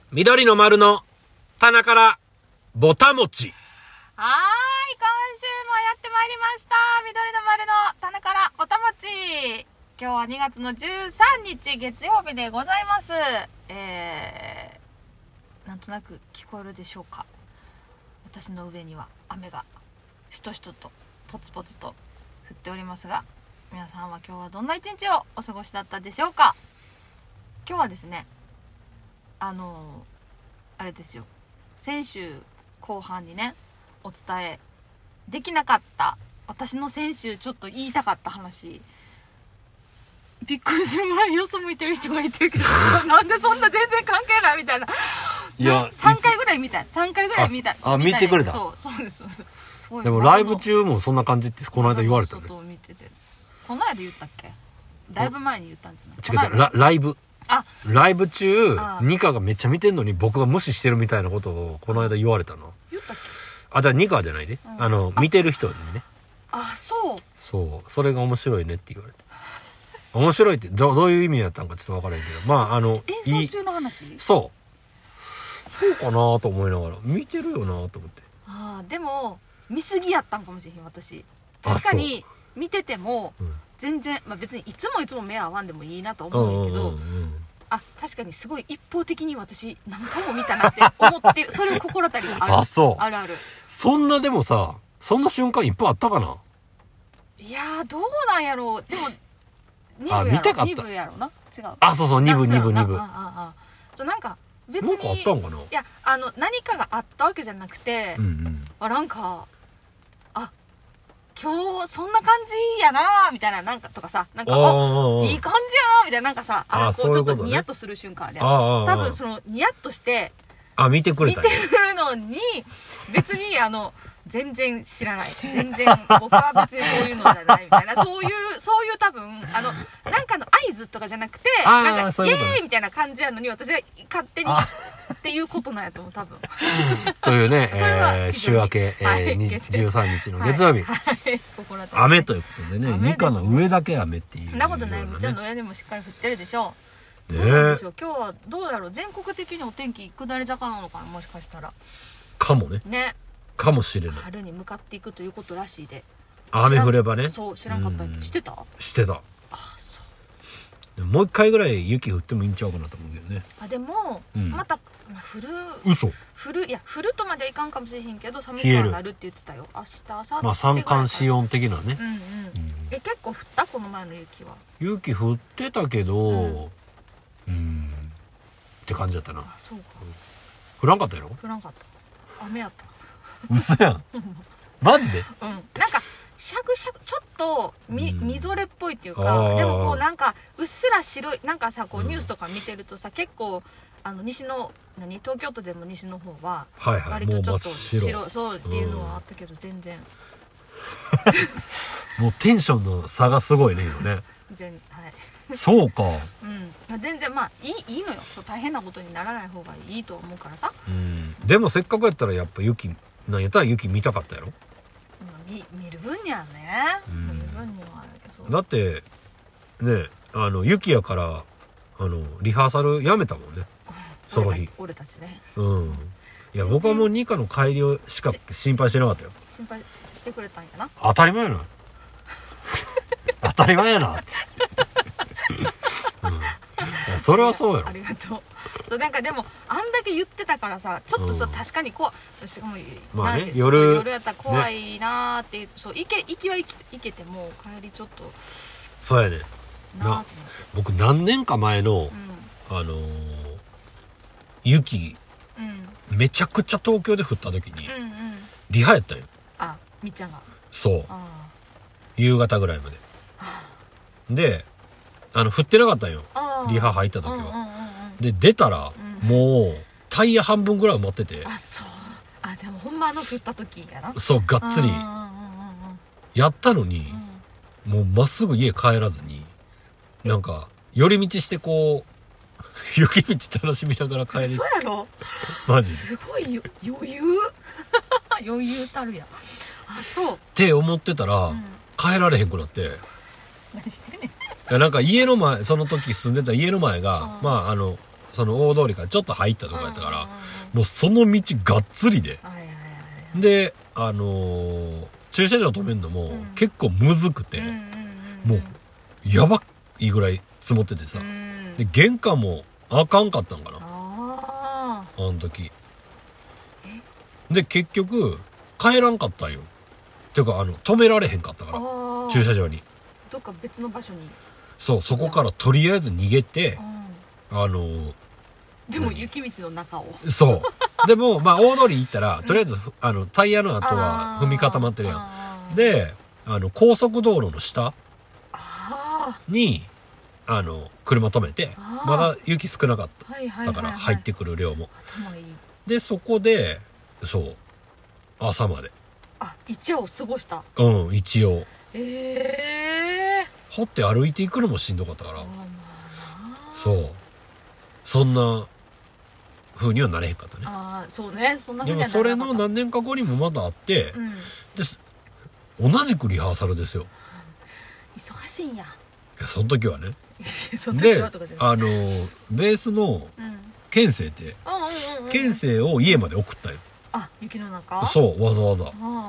緑の丸の棚からぼたもち。 今週もやってまいりました。緑の丸の棚からぼたもち。今日は2月の13日月曜日でございます。なんとなく聞こえるでしょうか。私の上には雨がしとしととポツポツと降っておりますが、皆さんは今日はどんな一日をお過ごしだったでしょうか。今日はですね、あれですよ、先週後半にねお伝えできなかった私の先週ちょっと言いたかった話、びっくりするぐらいよそ向いてる人がいてるけどなんでそんな全然関係ないみたいな。いや、3回ぐらい見た見てくれた。 そうですでもライブ中もそんな感じってこの間言われたね。 外を見てて、この間言ったっけ、だいぶ前に言ったんじゃない。 違うライブ中ニカがめっちゃ見てんのに僕が無視してるみたいなことをこの間言われたの。 言ったっけ。 じゃあニカじゃないで、見てる人にね。 そうそれが面白いねって言われて、面白いってどういう意味やったんかちょっと分からへんけど、 演奏中の話。 そうかなと思いながら見てるよなと思って。 でも見過ぎやったんかもしれへん。私確かに見てても全然、別にいつも目合わんでもいいなと思うんやけど、確かにすごい一方的に私何回も見たなって思ってるそれを心当たりがある。ある。 そんなでもさ、そんな瞬間いっぱいあったかな。 いやー、どうなんやろう。でも2部やろな。違う。 そう2部。 なんか別になんかあったんかな。 いや、何かがあったわけじゃなくて、なんか今日そんな感じやなーみたいな、なんかとかさ、なんかいい感じやなーみたいな、なんかさ、こうちょっとニヤッとする瞬間で、多分そのニヤッとして見てるのに別に全然知らない、全然僕は別にそういうのじゃないみたいな、そういう多分なんかの合図とかじゃなくて、なんかイエーイみたいな感じやのに、私が勝手にっていうことなんやと思う、多分というね、週明け、13日の月曜日、雨ということでね、ニカの上だけ雨っていう。 そんなことない、うちの上でもしっかり降ってるでしょう。どうなんでしょう、今日はどうだろう。全国的にお天気下り坂なのかな、もしかしたら。 かもね。かもしれない。 春に向かっていくということらしいで。 雨降ればね。 そう、知らんかった。知ってた。 もう一回ぐらい雪降ってもいいんちゃうかなと思うけどね。 でも、また降る。いや、降るとまではいかんかもしれへんけど、寒くはなるって言ってたよ。明日、明後日。 三寒四温的なね。 結構降った、この前の雪は。 雪降ってたけど、って感じだったな。 そうか。 降らんかったやろ。 降らんかった。雨やった。 嘘やん。マジで。 なんかシャクシャク、ちょっとみぞれっぽいっていうか、でもこうなんかうっすら白い、なんかさ、こうニュースとか見てるとさ、結構西の東京都でも西の方は割とちょっと白そうっていうのはあったけど、全然もうテンションの差がすごいね、今ね。そうか。 全然いいのよ。そう大変なことにならない方がいいと思うからさ。 でもせっかくやったらやっぱ雪なんやったら雪見たかったやろ。 見る分にはね、見る分にはあるけど。 だってね、雪やからリハーサルやめたもんね、その日。 俺たちね。 いや、僕はもうニカの帰りをしか心配してなかったよ。 心配してくれたんやな。 当たり前やな当たり前やなってそれはそうやろ。 ありがとう。そうなんかでもあんだけ言ってたからさ、ちょっとさ、確かにしかも夜やったら怖いなーって、そう行きは行けても帰りちょっとそうやね。僕何年か前の雪めちゃくちゃ東京で降った時にリハやったんよ。 みっちゃんが。 そう夕方ぐらいまでで降ってなかったんよ、リハ入った時は。で出たらもうタイヤ半分ぐらい埋まってて。 じゃあもうほんま降った時やな。 そう、がっつりやったのに、もうまっすぐ家帰らずに、なんか寄り道してこう雪道楽しみながら帰り。 そうやろ。 マジすごい余裕たるや。そうって思ってたら、帰られへんくなって。 何してんねん。 なんか家の前、その時住んでた家の前が、 その大通りからちょっと入ったとこやったから、もうその道がっつりで、で駐車場止めるのも結構むずくて、もうやばいぐらい積もっててさ、で玄関もあかんかったんかな、あの時で結局帰らんかったんよ。ていうか止められへんかったから駐車場にどっか別の場所に、 そこからとりあえず逃げて、 でも雪道の中をそうでもまあ大通り行ったらとりあえずタイヤの跡は踏み固まってるやん。で高速道路の下に車止めて、まだ雪少なかっただから入ってくる量も、でそこで朝まで一夜を過ごした。 一応掘って歩いていくのもしんどかったから、そんな風にはなれへんかったね。 そうね、そんな風にはなれへんかった。でもそれの何年か後にもまだあって、で同じくリハーサルですよ。 忙しいんや。 いやその時はねでベースの県政って県政を家まで送ったよ。 雪の中？ そうわざわざ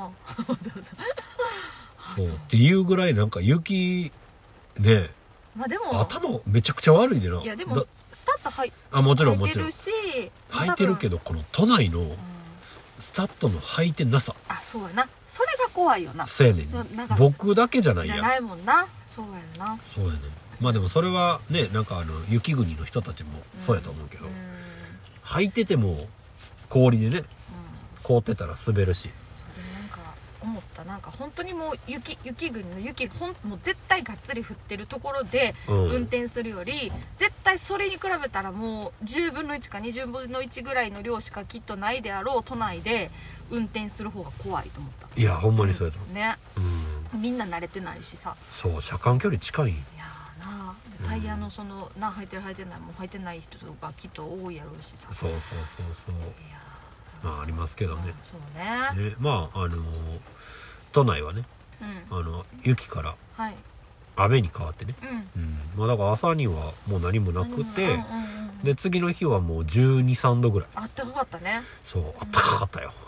そうっていうぐらいなんか雪ね、 でも頭めちゃくちゃ悪いでな。 いやでもスタッドもちろん履いてるし、 履いてるけどこの都内のスタッドの履いてなさ、 そうやな、それが怖いよな。 そうやねん、僕だけじゃないやん。 じゃないもんな。そうやな。 そうやねん。まあでもそれはね、なんか雪国の人たちもそうやと思うけど、履いてても氷でね、凍ってたら滑るし。 それでなんか思った、なんか本当にもう雪国のもう絶対がっつり降ってるところで運転するより、絶対それに比べたらもう10分の1か20分の1ぐらいの量しかきっとないであろう都内で運転する方が怖いと思った。 いやほんまにそうやと思うね、みんな慣れてないしさ。 そう車間距離近いん。いやな、タイヤの履いてる履いてないもう履いてない人がきっと多いやろうしさ。 そういやまあありますけどね。 そうね。 まあ都内はね、雪から雨に変わってね、まあだから朝にはもう何もなくて、で次の日はもう12、13度ぐらい。 あったかかったね。 そうあったかかったよ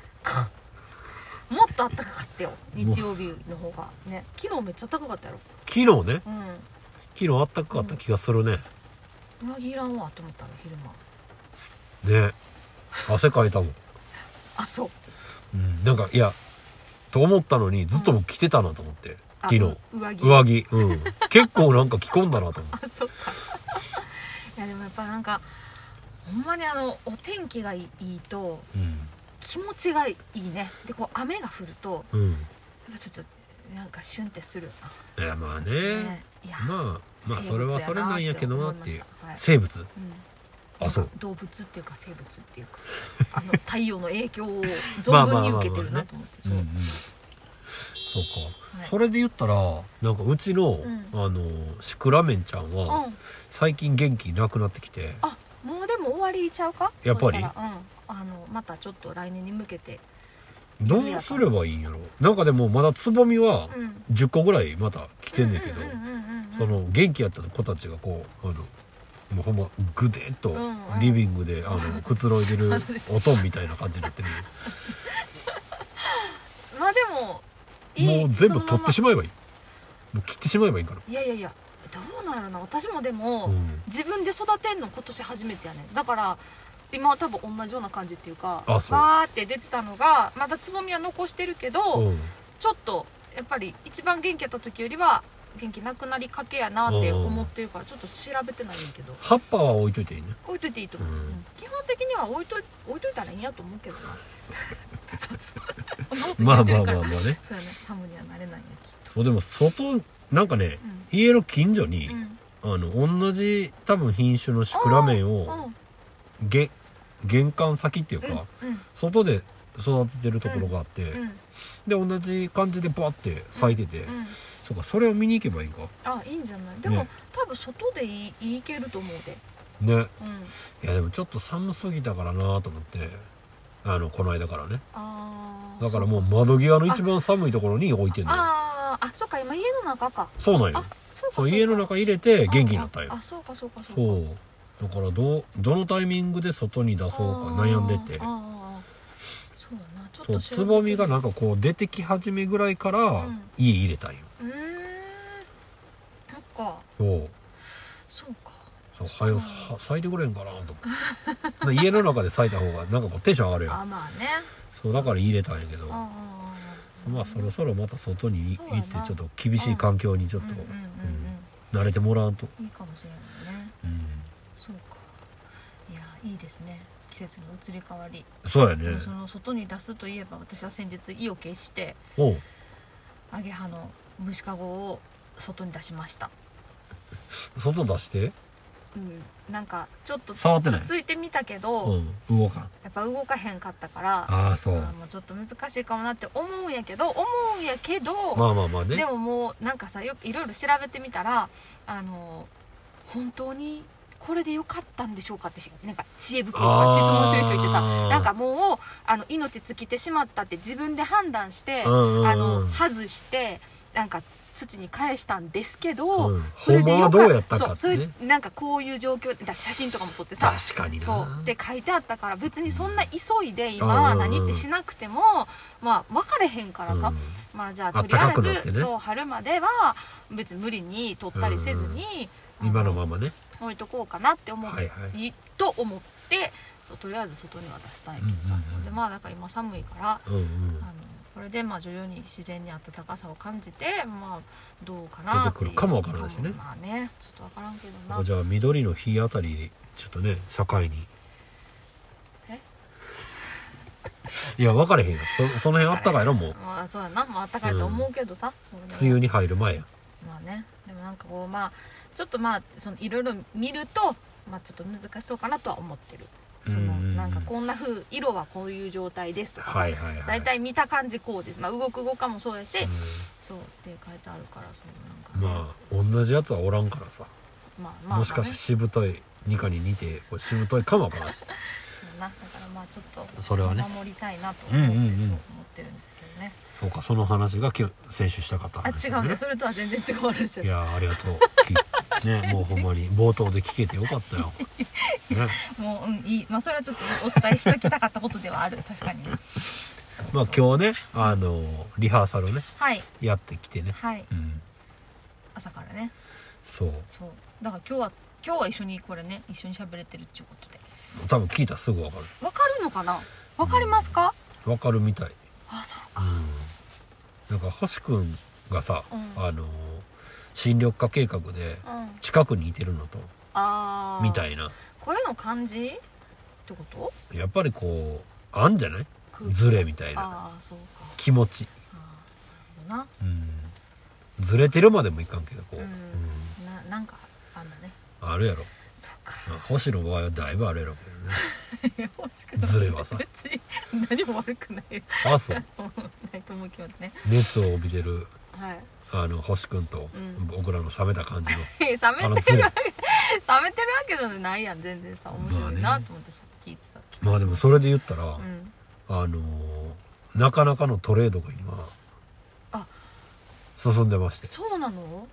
もっとあったかかったよ日曜日の方がね。昨日めっちゃ高かったやろ。 昨日ね、昨日あったかかった気がするね。 上着いらんわと思ったら昼間ね汗かいたもんそう、 なんかいやと思ったのにずっとも着てたなと思って、昨日上着、 結構なんか着込んだなと思ってそっかいやでもやっぱなんかほんまにお天気がいいと、気持ちがいいね。でこう雨が降ると、やっぱちょっとなんかシュンってするよな。 いやまあね、まあそれはそれなんやけどなっていう。生物、そう動物っていうか生物っていうか太陽の影響を存分に受けてるなと思って。そうか、 それで言ったらなんかうちのシクラメンちゃんは最近元気なくなってきて。 もうでも終わりちゃうかやっぱり。 またちょっと来年に向けてどうすればいいんやろ。なんかでもまだつぼみは10個ぐらいまた来てんねんけど、その元気やった子たちがこうもうほんまグデッとリビングでくつろいでるおとんみたいな感じになってるまあでももう全部取ってしまえばいい。もう切ってしまえばいいから。 いやどうなんやろな。私もでも、自分で育てんの今年初めてやねん。だから今は多分同じような感じっていうか、バーって出てたのがまだつぼみは残してるけど、ちょっとやっぱり一番元気やった時よりは元気なくなりかけやなって思ってるから、ちょっと調べてないんやけど。 葉っぱは置いといていいね。 置いといていいと思う、基本的には置いといたらいいんやと思うけどなまあね。 そうやね、寒にはなれないんやきっと。 そうでも外なんかね、家の近所に、同じ多分品種のシクラメンを玄関先っていうか、外で育ててるところがあって、で同じ感じでバーって咲いてて、そうか、それを見に行けばいいんか。 いいんじゃない。でも、多分外でいけると思うでね。いやでもちょっと寒すぎたからなと思って、この間からね。だからもう窓際の一番寒いところに置いてんのよ。 そっか、今家の中か。 そうなんよ。そう家の中入れて元気になったよ。 そうか。 そうだからどのタイミングで外に出そうか悩んでて、 そうやな、ちょっとそうつぼみがなんかこう出てき始めぐらいから家入れたんよ。 そっか。そうか。 そう咲いてくれんかなと思って家の中で咲いた方がなんかこうテンション上がるやん。 まあね。 そうだから入れたんやけど、まあそろそろまた外に行ってちょっと厳しい環境にちょっと慣れてもらわんといいかもしれないね。そうか。いやいいですね、季節の移り変わり。 そうやね。 その外に出すといえば、私は先日意を決してアゲハの虫かごを外に出しました。 外出して、 なんかちょっとつ触ってないついてみたけど、 動かん。 やっぱ動かへんかったから、 ああそう、 もうちょっと難しいかもなって思うんやけど、 まあまあまあね。 でももうなんかさ、いろいろ調べてみたら、本当にこれでよかったんでしょうかってなんか知恵袋とか質問してる人いてさ、なんかもう命尽きてしまったって自分で判断して、外してなんか土に返したんですけど、それでよかった、そう、それなんかこういう状況だ、写真とかも撮ってさ、 確かにな、 そうって書いてあったから、別にそんな急いで今何ってしなくても、まあ分かれへんからさ、まあじゃあとりあえず、そう春までは別に無理に撮ったりせずに、 今のままね置いとこうかなって思ってそうとりあえず外には出したいけどさ、でまあだから今寒いから、これでまあ徐々に自然に暖かさを感じて、まあどうかなっていう、 出てくるかもわからないしね。 まあね、ちょっとわからんけどな。 じゃあ緑の日あたりちょっとね境にいや分かれへんよ、その辺あったかいのもう、 まあそうやな、まああったかいと思うけどさ、 梅雨に入る前や。 まあね、でもなんかこうまあちょっとまあいろいろ見ると、まあちょっと難しそうかなとは思ってる。なんかこんな風、色はこういう状態ですとかさ、だいたい見た感じこうです、まあ動く動かもそうやし、そうって書いてあるから、そうなんか、ね、 まあ同じやつはおらんからさ、もしかしてしぶといニカに似てこれしぶといかもわからんしそうな、だからまあちょっとそれはね守りたいなと思ってそう思ってるんですけどね。 そうか、その話が先週したかった話、 違うね、それとは全然違う話。 いやありがとうね、もうほんまに冒頭で聞けてよかったよ、ね、 もういい、まあそれはちょっとお伝えしておきたかったことではある、確かにね。 まあ今日ねリハーサルね、やってきてね、 朝からね、 そうだから今日は一緒にこれね、一緒に喋れてるっていうことで、 多分聞いたらすぐ分かる。 分かるのかな、分かりますか？ 分かるみたい。 あ、そうか。 なんか星くんがさ、新緑化計画で近くにいてるのと、みたいな、 こういうの感じってこと？ やっぱりこうあんじゃない？ズレみたいな気持ち。ずれてるまでもいかんけど、こうなんかあんだね。 あるやろ。 そうか。 星の場合はだいぶあるやろうけどね。ズレはさ。 別に何も悪くない。 あ、そう。 ないと思うけどね。 熱を帯びてる。星くんと僕らの冷めた感じの。 冷めてるわけじゃないやん、全然さ、面白いなと思って聞いてた。 まあでもそれで言ったら、なかなかのトレードが今進んでまして。 そうなの？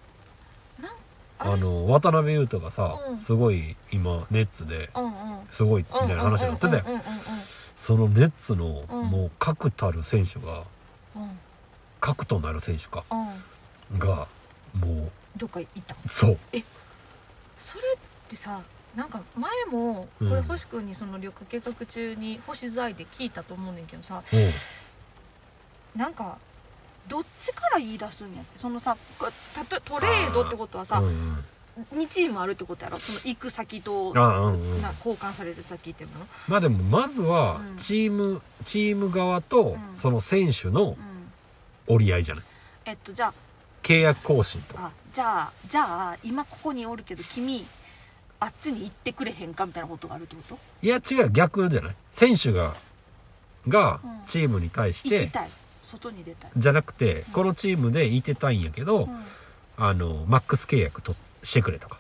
渡辺裕太がさ、すごい今ネッツですごいみたいな話になってたよ。そのネッツのもう確たる選手が、核となる選手かがもうどっか行った。 そう。 それってさ、なんか前もこれ星くんにその緑化計画中に星材で聞いたと思うねんけどさ、なんかどっちから言い出すんやって、そのさトレードってことはさ、2チームあるってことやろ、その行く先と交換される先っていうの。 まあでもまずはチーム側とその選手の折り合いじゃない。 じゃあ契約更新とか。 じゃあ今ここにおるけど君あっちに行ってくれへんかみたいなことがあるってこと？ いや違う、逆じゃない。選手がチームに対して行きたい、外に出たいじゃなくて、このチームでいてたいんやけど、マックス契約してくれとか、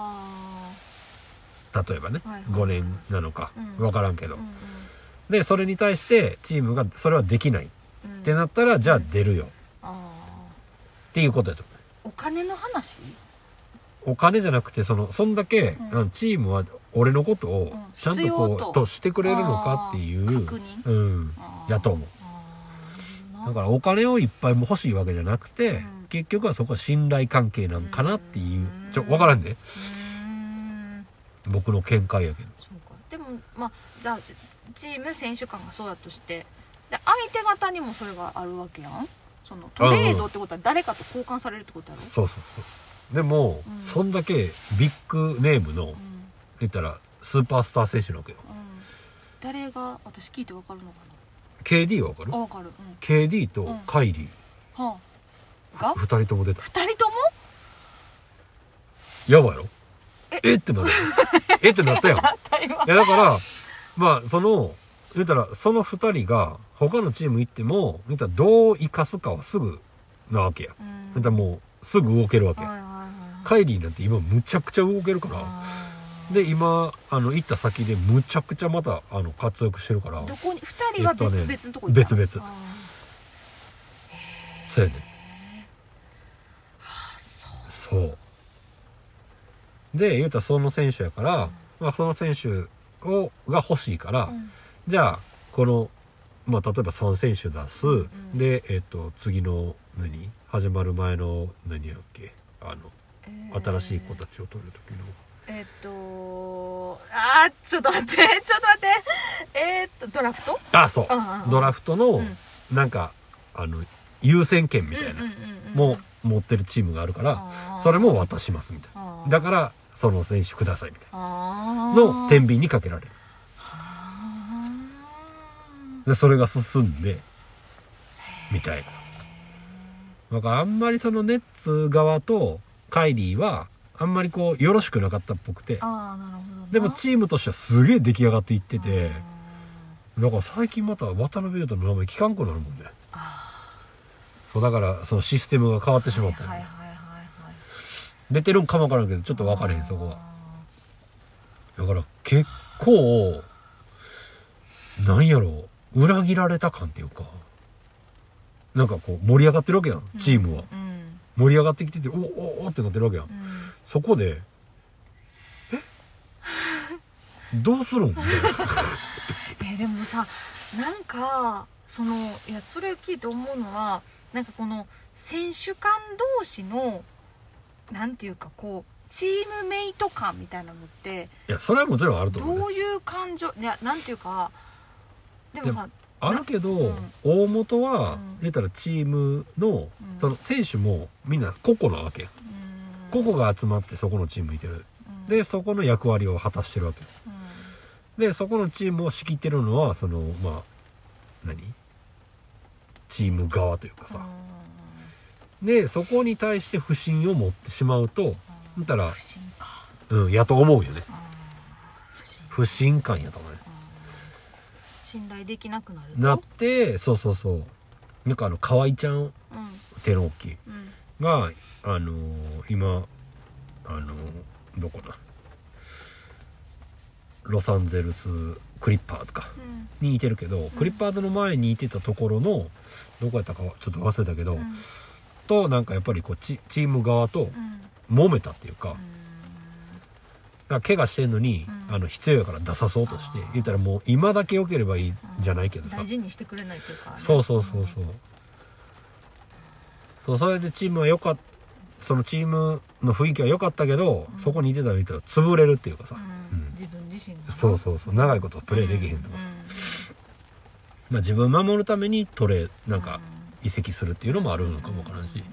例えばね、5年なのか分からんけど、でそれに対してチームがそれはできないってなったら、じゃあ出るよっていうことやと思う。 お金の話？ お金じゃなくてそんだけ、チームは俺のことをちゃんとこうとしてくれるのかっていう確認、 やと思う。だからお金をいっぱいも欲しいわけじゃなくて、結局はそこは信頼関係なんかなっていう、分からんで、僕の見解やけど。 そうか。でもまあじゃあチーム選手間がそうだとして、で相手方にもそれがあるわけやん。そのトレードってことは誰かと交換されるってことやろ。 そうでも、そんだけビッグネームの、言ったらスーパースター選手なわけよ。 誰が私聞いてわかるのかな。 KD はわかる？ わかる。 KD とカイリーが 2人とも出た。 2人ともやばいやろ。ってなる。ってなったやん。いやだからまあ言ったらその2人が他のチーム行っても言ったらどう生かすかはすぐなわけや。言ったらもうすぐ動けるわけや。カイリーなんて今むちゃくちゃ動けるから。で今行った先でむちゃくちゃまた活躍してるから。 どこに2人は別々のとこに別々。そうやね。そうで言うたらその選手やから、まあ、その選手が欲しいから、じゃあこの、まあ、例えば3選手出す、で次の始まる前の何やっけ新しい子たちを取る時のちょっと待ってドラフト？ そう、ドラフトのなんか優先権みたいなも持ってるチームがあるからそれも渡しますみたいな。だからその選手くださいみたいなの天秤にかけられる。でそれが進んでみたいな。だからあんまりそのネッツ側とカイリーはあんまりこうよろしくなかったっぽくて、でもチームとしてはすげえ出来上がっていってて、だから最近また渡辺裕太の名前聞かんくなるもんね。そうだからそのシステムが変わってしまったよね。出てるんかもわからんけどちょっと分からへんそこは。だから結構なんやろう裏切られた感っていうか、なんかこう盛り上がってるわけやんチームは、盛り上がってきてておってなってるわけやん、そこでどうするんみたいなでもさなんかいやそれを聞いて思うのはなんかこの選手間同士のなんていうかこうチームメイト感みたいなのっていやそれはもちろんあると思う、 どういう感情いやなんていうかでもさあるけど、大元は言ったらチームのその選手もみんな個々なわけや、個々が集まってそこのチームいてる、でそこの役割を果たしてるわけ、でそこのチームを仕切ってるのはまあチーム側というかさ、でそこに対して不信を持ってしまうと言ったらやと思うよね。不信感やと思うね。 信頼できなくなるとなってそうなんか河合ちゃん、手の大きい、が今どこだロサンゼルスクリッパーズか、にいてるけど、クリッパーズの前にいてたところのどこやったかちょっと忘れたけど、となんかやっぱりこうチーム側と揉めたっていうか、だから怪我してんのに、必要やから出さそうとして言ったらもう今だけ良ければいいじゃないけどさ、 大事にしてくれないっていうか、ね、 そうそれでチームは良かった、そのチームの雰囲気は良かったけど、そこにいてたら潰れるっていうかさ、 自分自身がそう長いことプレーできへんとかさ、まあ自分を守るためになんか移籍するっていうのもあるのかもわからんし、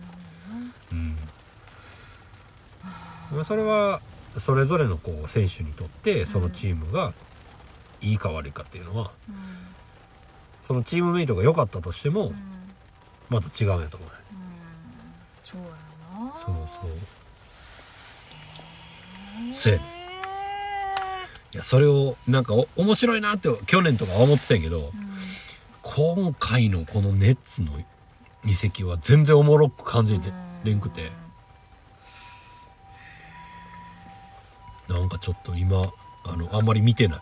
それはそれぞれのこう選手にとってそのチームがいいか悪いかっていうのは、そのチームメイトが良かったとしても、また違うんやと思う。 そうやな。 そうやね。いやそれをなんか面白いなって去年とか思ってたんやけど、今回のこのネッツの移籍は全然おもろく感じれんくて、なんかちょっと今あんまり見てない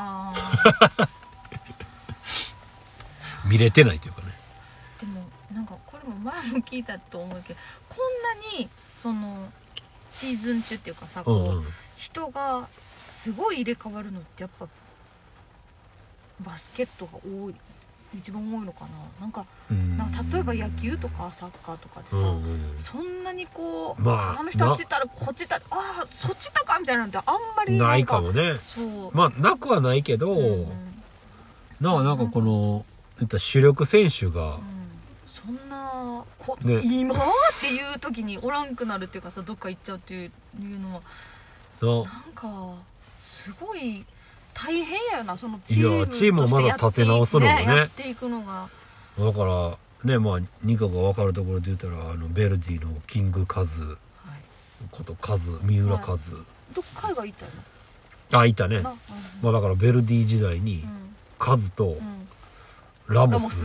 見れてないというかね。 でもなんかこれも前も聞いたと思うけど、こんなにシーズン中っていうかさ、 うんうん、 人がすごい入れ替わるのってやっぱバスケットが一番多いのかな。なんか例えば野球とかサッカーとかでさ、そんなにこう、あの人あっち行ったらこっち行ったらそっち行ったかみたいなんてあんまりないかもね。 そうなくはないけど、なんかこの主力選手が、 そんな今っていう時におらんくなるっていうかさ、どっか行っちゃうっていうのはなんかすごい大変やよな、そのチームとしてもまだ立て直すのもね、 やっていくのが。 だからね、ニカが分かるところで言ったらベルディのキングカズこと三浦カズ、 どっ海外行ったの？ いたね。だからベルディ時代にカズとラモス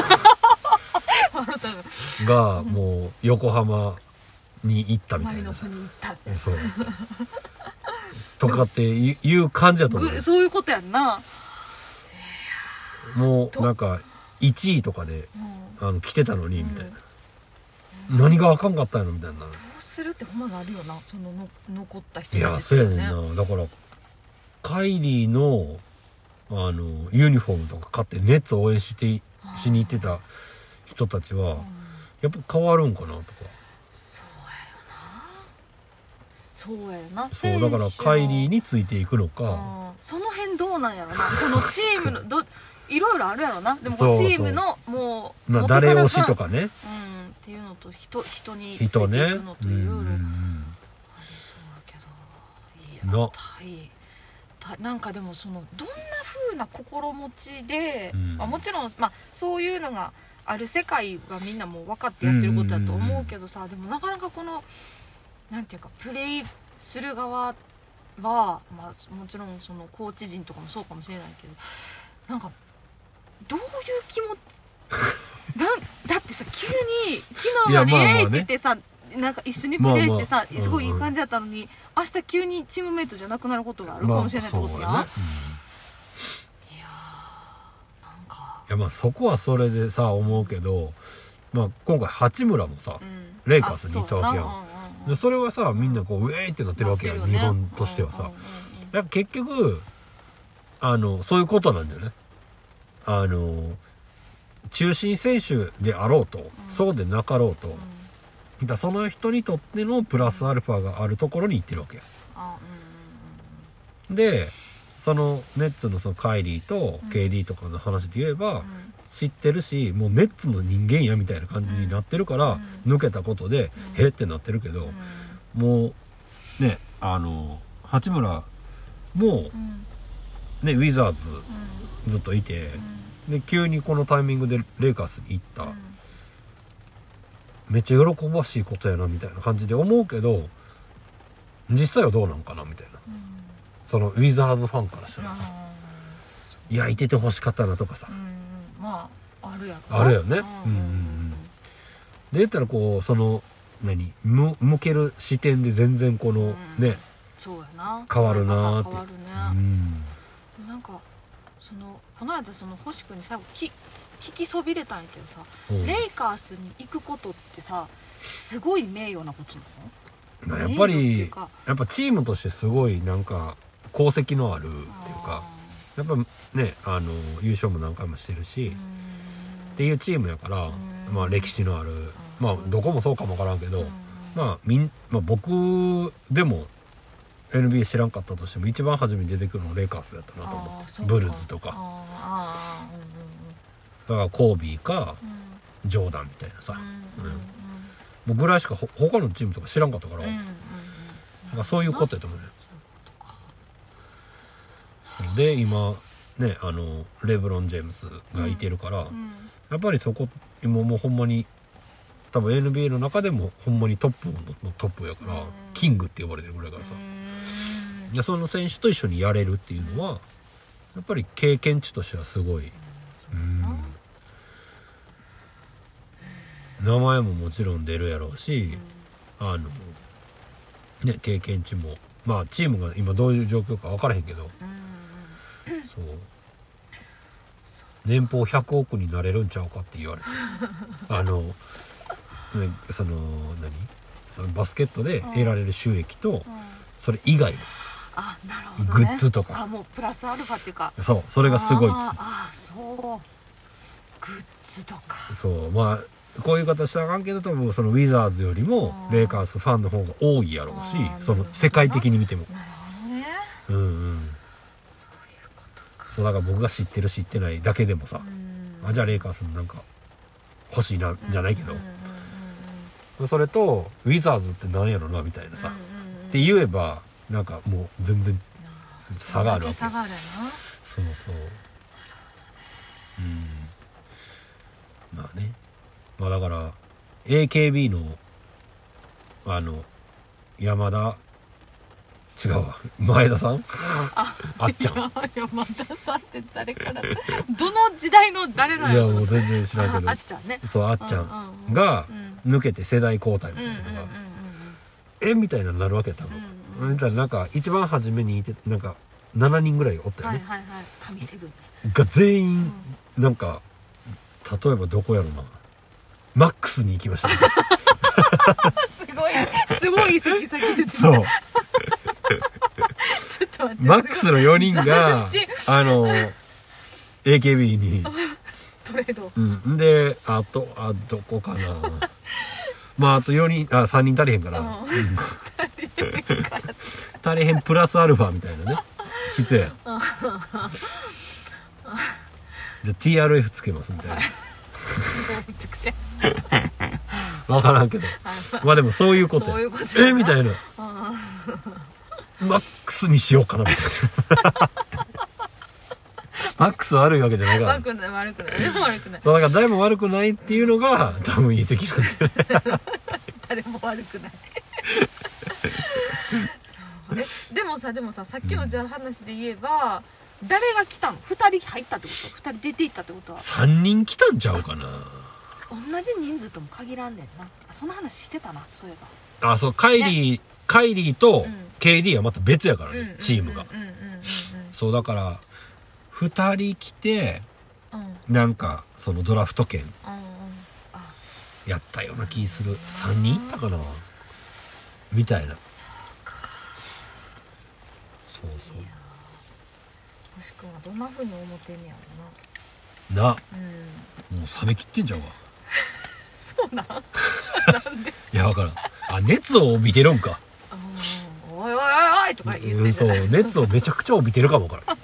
がもう横浜に行ったみたいな、マリノスに行ったって、そうとかっていう感じだと思う。 そういうことやんな。 もうなんか1位とかで来てたのにみたいな、何があかんかったんやろみたいな。どうするってほんまなるよな、その残った人たち、 いやそうやねんな。だからカイリーのユニフォームとか買ってネッツを応援しに行ってた人たちはやっぱ変わるんかなとか。 そうやな。 そうだからカイリーについていくのか、 その辺どうなんやろな、このチームのいろいろあるやろな。でもチームのもう誰推しとかね、 っていうのと人についていくのといろいろありそうだけど、なんかでもどんな風な心持ちで、もちろんそういうのがある世界はみんなもう分かってやってることだと思うけどさ、でもなかなかこのなんていうかプレイする側は、もちろんそのコーチ陣とかもそうかもしれないけど、なんかどういう気持ちだってさ、急に昨日までって言ってさ、なんか一緒にプレイしてさ、すごいいい感じだったのに、明日急にチームメイトじゃなくなることがあるかもしれないってことやん。いやなんかそこはそれでさ思うけど、今回八村もさ、レイカーズにいたわけやん。でそれはさみんなこうウェーイってなってるわけやん、日本としてはさ。だから結局そういうことなんじゃない？中心選手であろうと、そうでなかろうと、だその人にとってのプラスアルファがあるところに行ってるわけや。でそのネッツのそのカイリーと KD とかの話で言えば、知ってるし、もうネッツの人間やみたいな感じになってるから、抜けたことでへってなってるけど、もうね八村もねウィザーズずっといて、で急にこのタイミングでレイカーズに行った、めっちゃ喜ばしいことやなみたいな感じで思うけど、実際はどうなんかなみたいな、そのウィザーズファンからしたら、いやいててほしかったなとかさ、 あるやろ、あるよね。で言ったらこうその向ける視点で全然このね、 そうやな、 変わるなーって。 なんかこの間星君に最後聞きそびれたんやけどさ、レイカーズに行くことってさ、すごい名誉なことなの？ やっぱチームとしてすごいなんか功績のあるっていうか、やっぱね優勝も何回もしてるしっていうチームやから、歴史のある、どこもそうかもわからんけど、僕でも NBA 知らんかったとしても一番初めに出てくるのレイカーズやったなと思って、ブルーズとかだからコービーかジョーダンみたいなさ、もうぐらいしか他のチームとか知らんかったから、そういうことやと思うね。で今ねレブロン・ジェームスがいてるから、やっぱりそこ今もうほんまに多分 NBA の中でもほんまにトップのトップやから、キングって呼ばれてるぐらいからさ、でその選手と一緒にやれるっていうのはやっぱり経験値としてはすごい、名前ももちろん出るやろうし、経験値もチームが今どういう状況か分からへんけど、そう年俸100億になれるんちゃうかって言われてそのバスケットで得られる収益と、 うん、 それ以外のあ、なるほどね、 グッズとか、 あ、もうプラスアルファっていうか、 そう、それがすごいっつあ、そうグッズとか、 そう、まあこういう形したらあかんけど、多分そのウィザーズよりもレイカーズファンの方が多いやろうし、その世界的に見ても、 なるほどね、 うんうん、 そういうことか。 そうだから僕が知ってる知ってないだけでもさ、 うん、 あ、じゃあレイカーズなんか欲しいなじゃないけど、 うんうんうん、 それとウィザーズってなんやろなみたいなさ、って言えばなんかもう全然差があるわけ。 差があるな。 そうそう。うん。まあね。まあだから AKB の山田違うわ、前田さん、あっちゃん。 山田さんって誰からどの時代の誰なんいややもう全然知らんけど、 あっちゃんね。 そう、あっちゃんが抜けて世代交代みたいなのがみたいなのになるわけ多分。なんか一番初めにいてなんか7人ぐらいおったよね。 はいはいはい。神セブンが全員なんか、例えばどこやろな、マックスに行きましたね。 すごい移籍先出てた。 そう。 ちょっと待って。 マックスの4人がAKB にトレード。 うん。で、どこかな。まああと4人3人足りへんから。足りへんプラスアルファみたいなね。必要や。じゃあ TRF つけますみたいな。 めちゃくちゃ。 わからんけど。まあでもそういうことや。 そういうことやな。 みたいな。マックスにしようかなみたいな。マックス悪いわけじゃないから。 悪くない悪くない。悪くない。 そうだから誰も悪くないっていうのが多分いい席なんですよね。 誰も悪くない。そうでもさっきのじゃあ話で言えば、誰が来たの？2人入ったってこと？2人出ていったってことは 3人来たんちゃうかな。 同じ人数とも限らんねんな。その話してたな、そういえば。 あ、そう、カイリーと KD はまた別やからね、チームが。そうだから2人来て、なんかそのドラフト権やったような気する。3人いったかなみたいな。そうそう。 もしくはどんな風に思ってんねやろな。もう冷めきってんじゃんか。 そうなん。 いや、わからん。あ、熱を帯びてるんか。 おいおいおいおいとか言って、 そう、熱をめちゃくちゃ帯びてるかもわからん。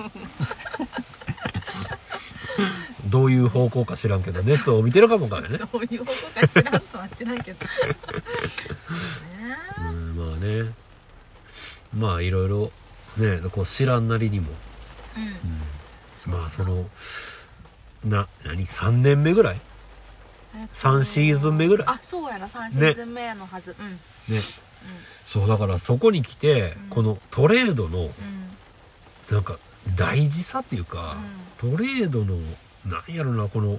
どういう方向か知らんけど熱を帯びてるかもわからんね。 そういう方向か知らんとは知らんけど。そうね。 まあね。まあいろいろね、こう知らんなりにも。まあその3年目ぐらい、3シーズン目ぐらい、 あ、そうやな、3シーズン目のはず、ね、 そうだからそこに来て、このトレードのなんか大事さっていうか、トレードのなんやろな、この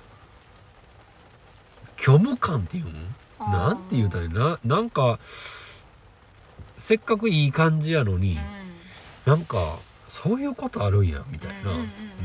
虚無感っていうのなんて言うたらなんかせっかくいい感じやのに、なんかそういうことあるんやみたいな、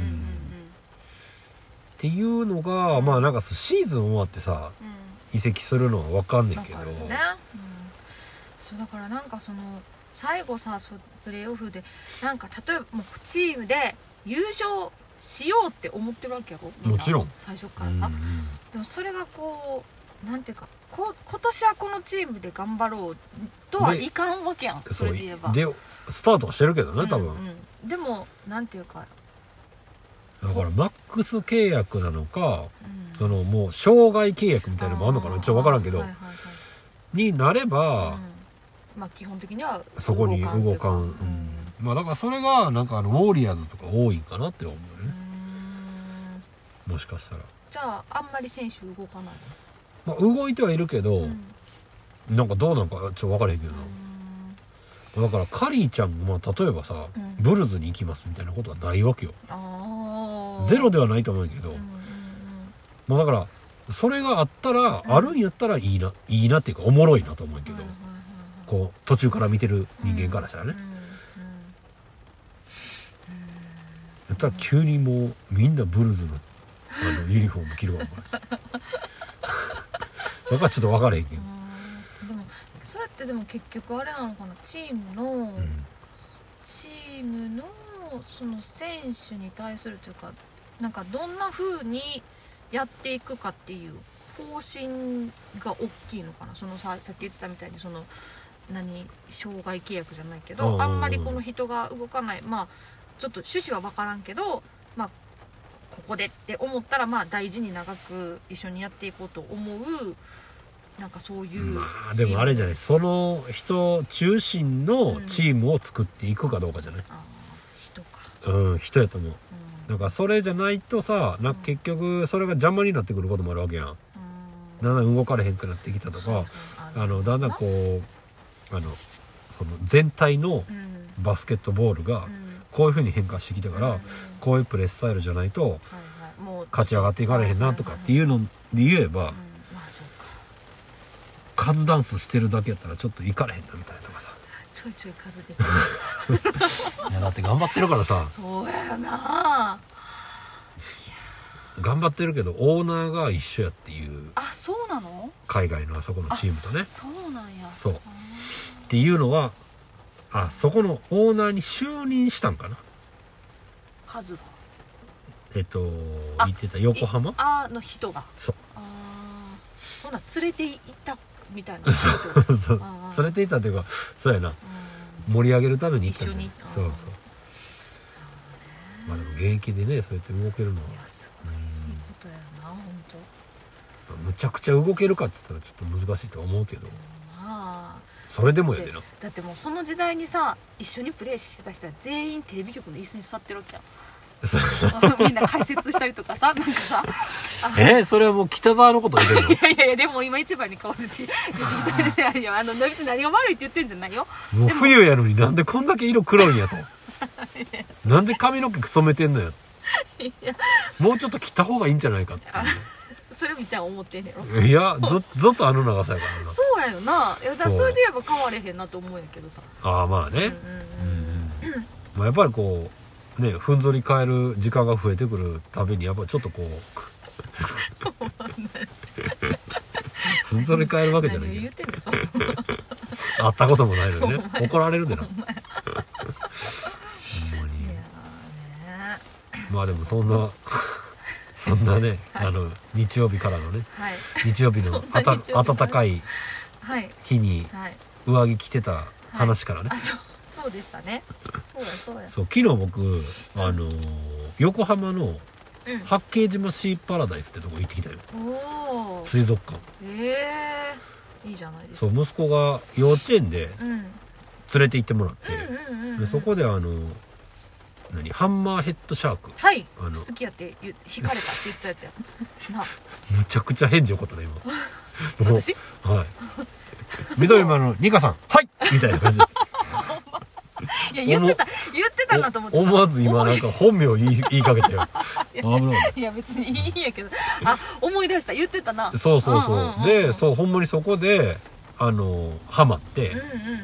っていうのが、まあなんかシーズン終わってさ、移籍するのは分かんねんけど、 そうだからなんかその最後さ、プレーオフでなんか例えばもうチームで優勝しようって思ってるわけやろ、 もちろん最初からさ、でもそれがこうなんていうか、今年はこのチームで頑張ろうとはいかんわけやん。それで言えばでスタートはしてるけどね、多分、 でもなんていうか、 だからマックス契約なのか、そのもう生涯契約みたいなのもあるのかな、ちょっと分からんけど、になれば、 まあ基本的にはそこに動かん、まあだからそれがなんかウォーリアーズとか多いんかなって思うね、もしかしたら。 じゃああんまり選手動かないの？ まあ動いてはいるけど、なんかどうなんかちょっと分からへんけどな。だからカリーちゃんが例えばさ、ブルズに行きますみたいなことはないわけよ。ゼロではないと思うけど、まあだからそれがあったら、あるんやったらいいなっていうかおもろいなと思うけど、こう途中から見てる人間からしたらね、やったら急にもうみんなブルズのユニフォーム着るわけだからちょっと分からへんけど、 でもってでも結局あれなのかな、チームのその選手に対するというか、なんかどんな風にやっていくかっていう方針が大きいのかな。そのさっき言ってたみたいにその障害契約じゃないけど、あんまりこの人が動かない、まあちょっと趣旨は分からんけど、まあここでって思ったらまあ大事に長く一緒にやっていこうと思う、なんかそういう、 まあでもあれじゃない、その人中心のチームを作っていくかどうかじゃない、 人か、 人やと思う、だからそれじゃないとさ、結局それが邪魔になってくることもあるわけやん、だんだん動かれへんくなってきたとか、だんだんこうその全体のバスケットボールがこういう風に変化してきたから、こういうプレースタイルじゃないと勝ち上がっていかれへんなとかっていうので言えば、カズダンスしてるだけやったらちょっといかれへんなみたいなとかさ、 ちょいちょい数出てるいやだって頑張ってるからさ、 そうやよな、 頑張ってるけどオーナーが一緒やっていう。 あ、そうなの？ 海外のあそこのチームとね。 そうなんや。 そうっていうのは、そこのオーナーに就任したんかな、 数が言ってた横浜の人が。 そう、 ほな連れて行ったみたいなそう連れて行ったっていうか、そうやな、盛り上げるために行ったんだよ。 一緒に。 そうそう。まあでも現役でねそうやって動けるのは、 いやすごいいいことやな、本当。 むちゃくちゃ動けるかって言ったらちょっと難しいと思うけど、 まあそれでもやでな。 だってもうその時代にさ、一緒にプレーしてた人は全員テレビ局の椅子に座ってるわけやんみんな解説したりとかさ、なんかさそれはもう北沢のこと言ってるの？ いやでも今一番に顔出ていや別に何が悪いって言ってんじゃないよ。 もう冬やのになんでこんだけ色黒いんやとなんで髪の毛染めてんのや、もうちょっと切った方がいいんじゃないかってそれみちゃん思ってんねやろ。 いやずっとあの長さやからな。 そうやよな。いやだからそれで言えば変われへんなと思うんやけどさ。 まあね、まあやっぱりこうね、ふんぞり返る時間が増えてくるたびにやっぱちょっとこうふんぞり返るわけじゃないけど、 何を言ってんのそ会ったこともないのにね怒られるでな。ほんまに。まあでもそんなね、日曜日からのね、日曜日の暖かい日に上着着てた話からね。 そうでしたね。そうや。 そう、昨日僕横浜の八景島シーパラダイスってとこ行ってきたよ。水族館。 いいじゃないですか。 そう、息子が幼稚園で連れて行ってもらって、でそこでハンマーヘッドシャーク、 好きやって引かれたって言ってたやつやな。 むちゃくちゃ返事起こったね今私緑間のニカさんはいみたいな感じいや言ってたなと思って思わず今なんか本名言いかけたよ危ない。 いや別にいいんやけど、思い出した、言ってたな。 そうで、そうほんまにそこでハマって、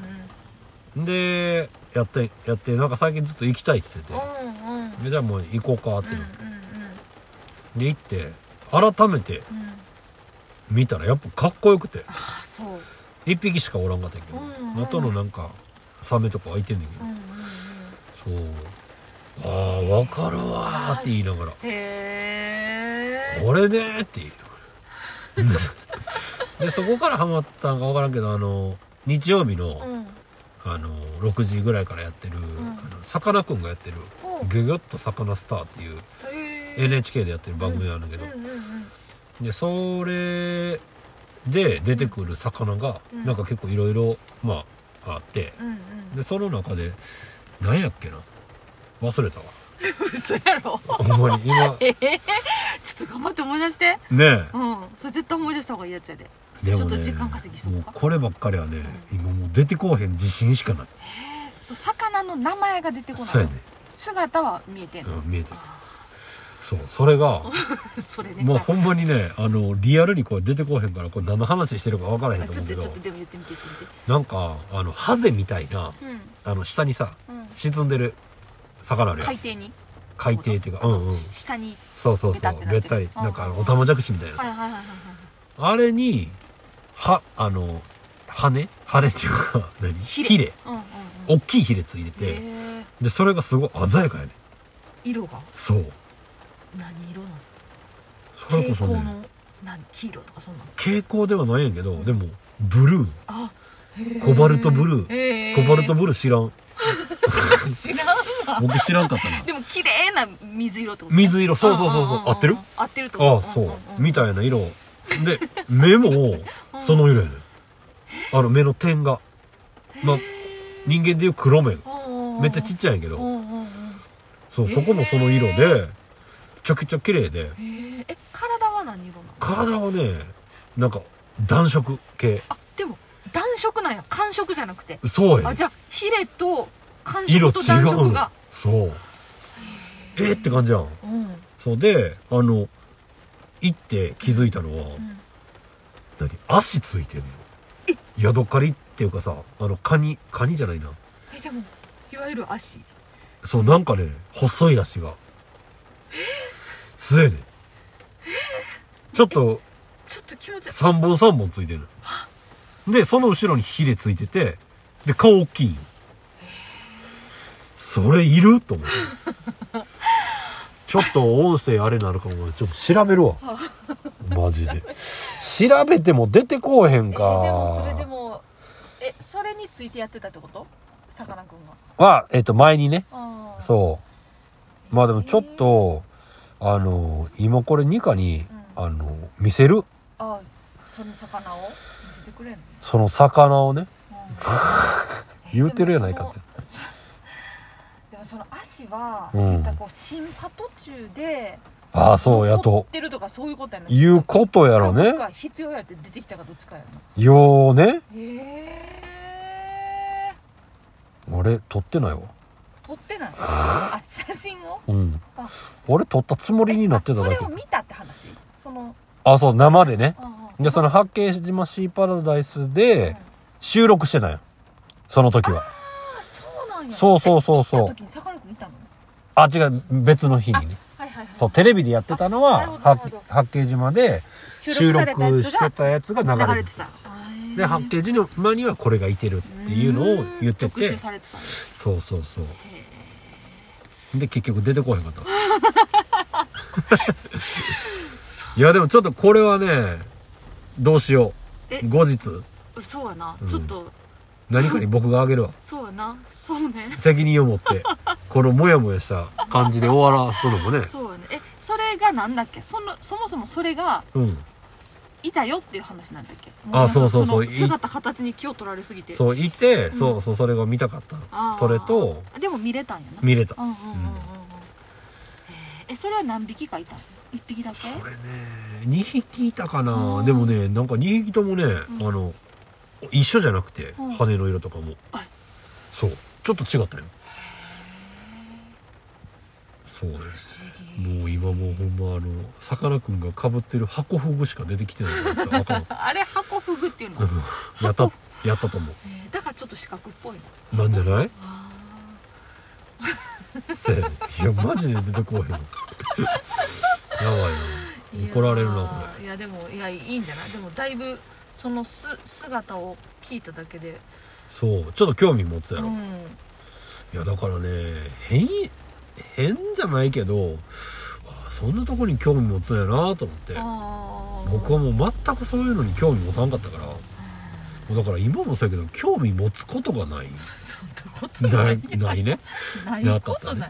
でやってなんか最近ずっと行きたいって言ってて、じゃあもう行こうかってで行って改めて見たらやっぱかっこよくて、一匹しかおらんかったけど、あとのなんかサメとか開いてんねんけど、そう分かるわーって言いながらこれねーって言いながらでそこからハマったんか分からんけど日曜日の6時ぐらいからやってるさかなクンがやってるギョギョッとサカナスターっていう NHK でやってる番組なんだけど、でそれで出てくる魚がなんか結構いろいろあって、でその中で何やっけな忘れたわ嘘やろほんまに今ちょっと頑張って思い出してね。 それ絶対思い出した方がいいやつやで。 でもね、 ちょっと時間稼ぎしとこうか。 こればっかりはね、今もう出てこうへん自信しかない。 そう魚の名前が出てこない。 そうやね。 姿は見えてんの。 見えてる。そうそれがそれね、 もうほんまにねリアルにこう出てこうへんからこれ何の話してるか分からへんと思うけど、 ちょっとでも言ってみてなんかハゼみたいな、下にさ、沈んでる魚あるやん。海底っていうか下にそうべったりなんかオタマジャクシみたいなさ、あれにハ羽っていうかヒレ、大きいヒレついてて、でそれがすごい鮮やかやね。 色がそう何色なの？ それこそね、 蛍光の黄色とかそんなの？ 蛍光ではないんやけど、でもブルー、コバルトブルー、コバルトブルー知らん知らんわ。 僕知らんかったな。 でも綺麗な水色ってこと？ 水色、そうそうそうそう、合ってる？ 合ってると思う。 そうみたいな色で、目もその色やねん。目の点が人間でいう黒目、めっちゃちっちゃいんやけど、そうそこもその色でめちゃくちゃ綺麗で。 体は何色なの？ 体はね、なんか暖色系。 でも暖色なんや、寒色じゃなくて。 そうや。 じゃあヒレと寒色と暖色が。 そうって感じやん。そうで、行って気づいたのは、足ついてんの。ヤドカリっていうかさ、カニじゃないな。 でもいわゆる足。 そう、なんかね、細い足がすえねん。ちょっと気持ち 3本ついてる。でその後ろにヒレついてて、で顔大きいんよ。それいると思ってちょっと音声あれなるかも。ちょっと調べるわマジで。調べても出てこうへんか。 それについてやってたってこと？さかなクンが前にね。そうでもちょっと今これニカに、見せる。 その魚を見せてくれんの？ その魚をね、言うてるやないかって。 でもその足は、進化途中でそうやと残ってるとかそういうことやな。 いうことやろね。 もしくは必要やって出てきたかどっちかやな。 ようね。俺撮ってないわ。 撮ってない？写真を？ 俺撮ったつもりになってただけ。 それを見たって話？ そう、生でね。でその八景島シーパラダイスで収録してたよ、その時は。 そうなんや。 そう行った時にさかなクンいたの？ 違う、別の日にね。そう、テレビでやってたのは八景島で収録してたやつが流れてた。で八景島にはこれがいてるっていうのを言ってて、そうで結局出てこへんかったいやでもちょっとこれはね、どうしよう。後日。 そうやな。ちょっと何かに僕があげるわ。 そうやな。そうね。 責任を持ってこのモヤモヤした感じで終わらすのもね。 そうやね。それがなんだっけ？そもそもそれがいたよっていう話なんだっけ？そう姿形に気を取られすぎて。 そういて、それが見たかった。それとでも見れたんやな。 見れた。 それは何匹かいたの？1匹だけ？ これね2匹いたかな。でもね、なんか2匹ともね、一緒じゃなくて、羽の色とかもそうちょっと違ったよ。そうです。もう今もうほんまさかなクンが被ってるハコフグしか出てきてないからさあれハコフグっていうの？ やったと思う。 だからちょっと四角っぽいのなんじゃない？いやマジで出てこうへんやばいな、怒られるなこれ。 いやでもいいんじゃない？でもだいぶその姿を聞いただけでそうちょっと興味持つやろ。いやだからね、変じゃないけど、そんなとこに興味持つんやなと思って。僕はもう全くそういうのに興味持たんかったから、だから今もそうやけど興味持つことがない。 そんなことないないね。 ないことない。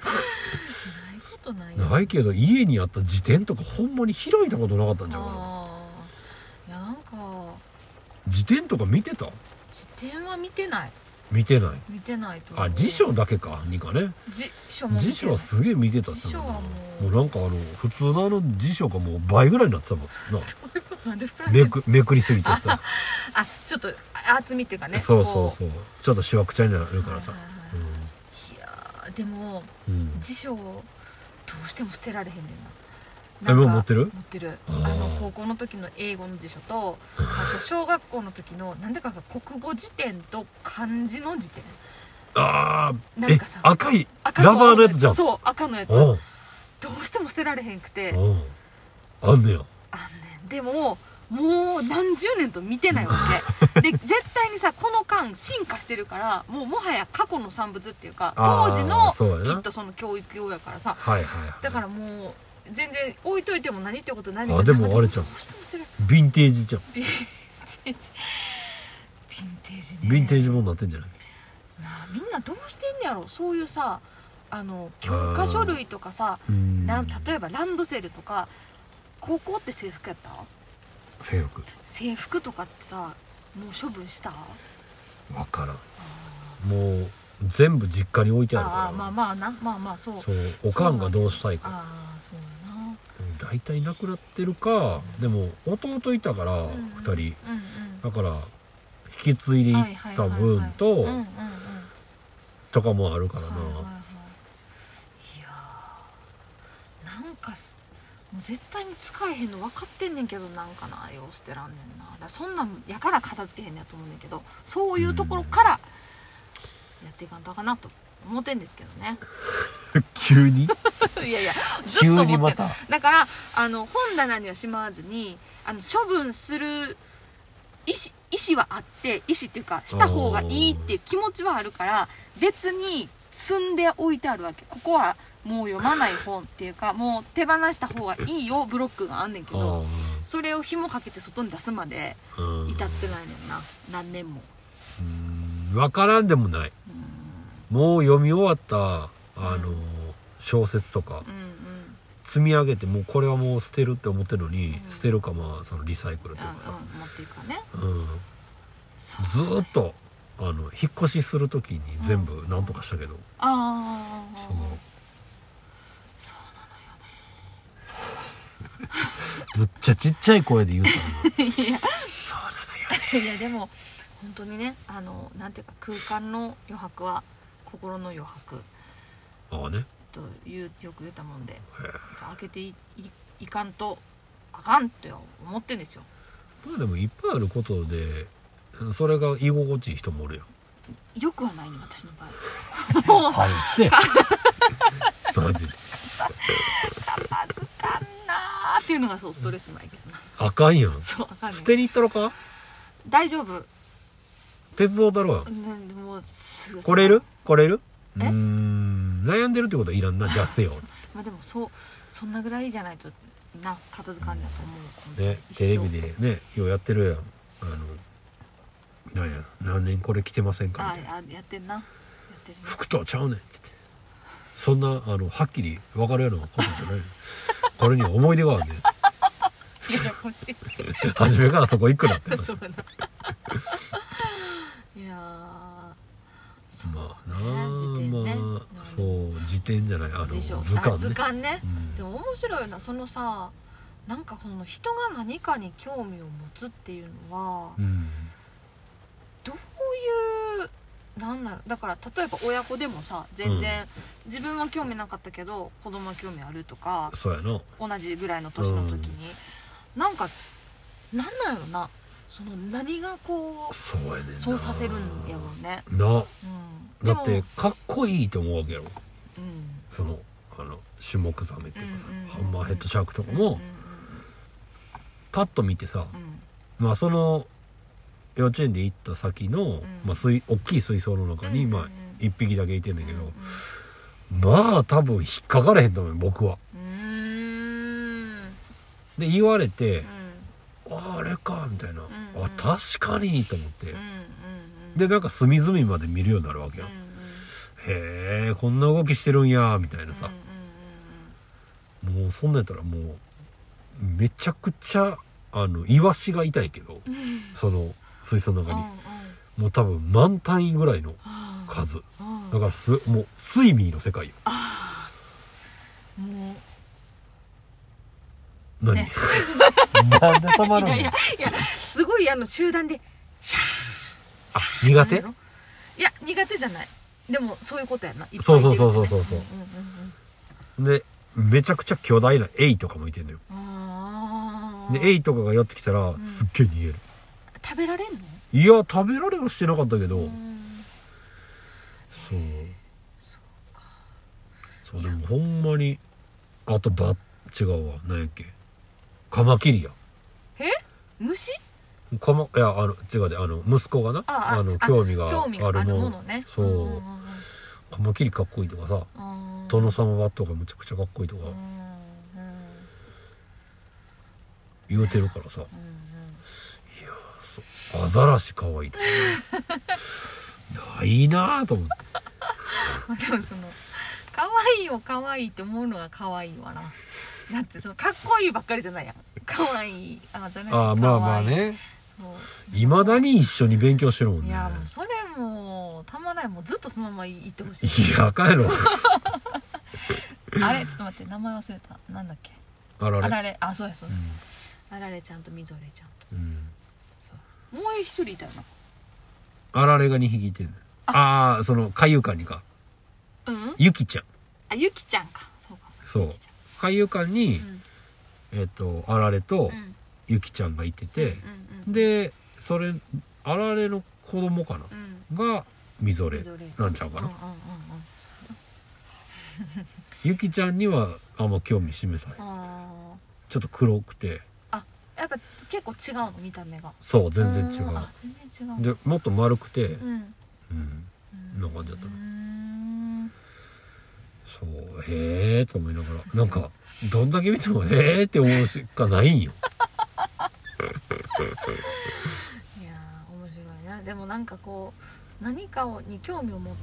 ないけど家にあった辞典とかほんまに開いたことなかったんじゃうかな。 いやなんか辞典とか見てた？ 辞典は見てない。 見てないと。辞書だけかにかね。 辞書はすげえ見てたっつったもうなんか普通の辞書がもう倍ぐらいになってたもんな。めくりすぎてさちょっと厚みっていうかね。 そうちょっとしわくちゃになるからさ。 いやでも辞書をどうしても捨てられへんねんな。 持ってる？ 持ってる。高校の時の英語の辞書と、あと小学校の時のなんでか国語辞典と漢字の辞典。 なんかさ、赤いラバーのやつじゃん。 そう赤のやつ。どうしても捨てられへんくて。 あんねや。 でももう何十年と見てないわけで絶対にさこの間進化してるからもはや過去の産物っていうか当時のきっとその教育用やからさ、 はいはいはい、 だからもう全然置いといても何ってことないあでもあれちゃんヴィンテージじゃんヴィンテージねヴィンテージもんなってんじゃないなあ。みんなどうしてんねやろそういうさ教科書類とかさ例えばランドセルとか高校って制服やった？制服とかってさもう処分した？ わからん。もう全部実家に置いてあるから。 まあそうおかんがどうしたいか。 そうやな。 大体なくなってるか、でも弟いたから2人、だから引き継いでいった分ととかもあるからな。いやなんかもう絶対に使えへんの分かってんねんけどなんかなよう捨てらんねんな。だからそんなんやから片付けへんねやと思うねんけど、そういうところからやっていかんとあかなと思ってんですけどね急にいやずっと思ってる。まただから本棚にはしまわずに処分する意思はあって、意思っていうかした方がいいっていう気持ちはあるから別に積んで置いてあるわけ。ここはもう読まない本っていうかもう手放した方がいいよブロックがあんねんけど、それを紐かけて外に出すまで至ってないねんな。何年も分からんでもない。もう読み終わった小説とか積み上げてもうこれはもう捨てるって思ってるのに、捨てるかそのリサイクルとかさ、 持っていくかね、 ずーっと引っ越しする時に全部なんとかしたけど、 そうなのよねむっちゃちっちゃい声で言うたのいやそうなのよね。 いやでも本当にねなんていうか空間の余白は心の余白とよく言ったもんで、開けて いかんとあかんって思ってんですよ。 まあでもいっぱいあることでそれが居心地いい人もおるやん。よくはないね私の場合はい捨てマジで片付かんなーっていうのがそうストレスないけどな。 あかんやん。 そうあかんねん。 捨てに行ったのか。 大丈夫。 鉄道だろうやん。もうすぐ来れる悩んでるってことはいらんな。じゃあ捨てよまあでもそんなぐらいじゃないとな片付かんだと思うね。テレビでねようやってるやん。なんや何年これ着てませんかみたいな。 やってんな。 服とはちゃうねんって言って、そんなはっきり分かるようなことじゃないこれには思い出があるね初めからそこ行くなってそうな。いやまあそう辞典じゃない図鑑ね、でも面白いよな。そのさなんかこの人が何かに興味を持つっていうのは、どういうなんだろう。だから例えば親子でもさ全然、自分は興味なかったけど子供は興味あるとか、 そうやな。 同じぐらいの年の時に、なんかなんなんやろな。その何がこうそうさせるんやろうねな、だってかっこいいと思うわけやろ、そのシュモクザメっていうかさ、ハンマーヘッドシャークとかも、パッと見てさ、まあその幼稚園で行った先の、大きい水槽の中に、1匹だけいてんだけど、まあ多分引っかかれへんと思う僕は。で言われて、あれかみたいな、あ確かにと思って、でなんか隅々まで見るようになるわけよ、へえこんな動きしてるんやみたいなさ、もうそんなんやったらもうめちゃくちゃイワシがいたいけど、その水槽の中に、もう多分万単位ぐらいの数だからもうスイミーの世界よ。もう何、ね、なんで止まるの。いやすごい集団でシャー苦手。いや苦手じゃない。でもそういうことやな。 そうでめちゃくちゃ巨大なエイとかもいてんのよ。でエイとかがやってきたらすっげえ逃げる。 食べられんの？ いや食べられはしてなかったけど、そうでもほんまにあと違うわ何やっけカマキリや。 虫？ いや違うで息子がな興味があるものね。そう、カマキリかっこいいとかさ、殿様バットがむちゃくちゃかっこいいとか言うてるからさ、いやアザラシかわいいとかいいなと思ってでもそのかわいいをかわいいって思うのがかわいいわな。だってそのかっこいいばっかりじゃないやん。かわいいアザラシかわいい。 まあまあね。いまだに一緒に勉強してるもんね。 いやもうそれもたまらない。もうずっとそのまま言ってほしい。 いや帰ろあれちょっと待って名前忘れた。なんだっけ。あられ。あ、そうやそうです、あられちゃんとみぞれちゃんと、そうもう一人いたよな。 あられが2匹いてる。その海遊館にか。ゆきちゃん。 ゆきちゃんか。 そう海遊館に、あられとゆきちゃんがいてて、でそれあられの子供かな、がみぞれなんちゃうかな。ゆきちゃんにはあんま興味示さない。ちょっと黒くて、 やっぱ結構違うの見た目が。 そう全然違う。 全然違う。 でもっと丸くてな感じだったの。そうへえと思いながら、なんかどんだけ見てもへえって思うしかないんよ。 いや面白いな。でもなんかこう何かに興味を持って、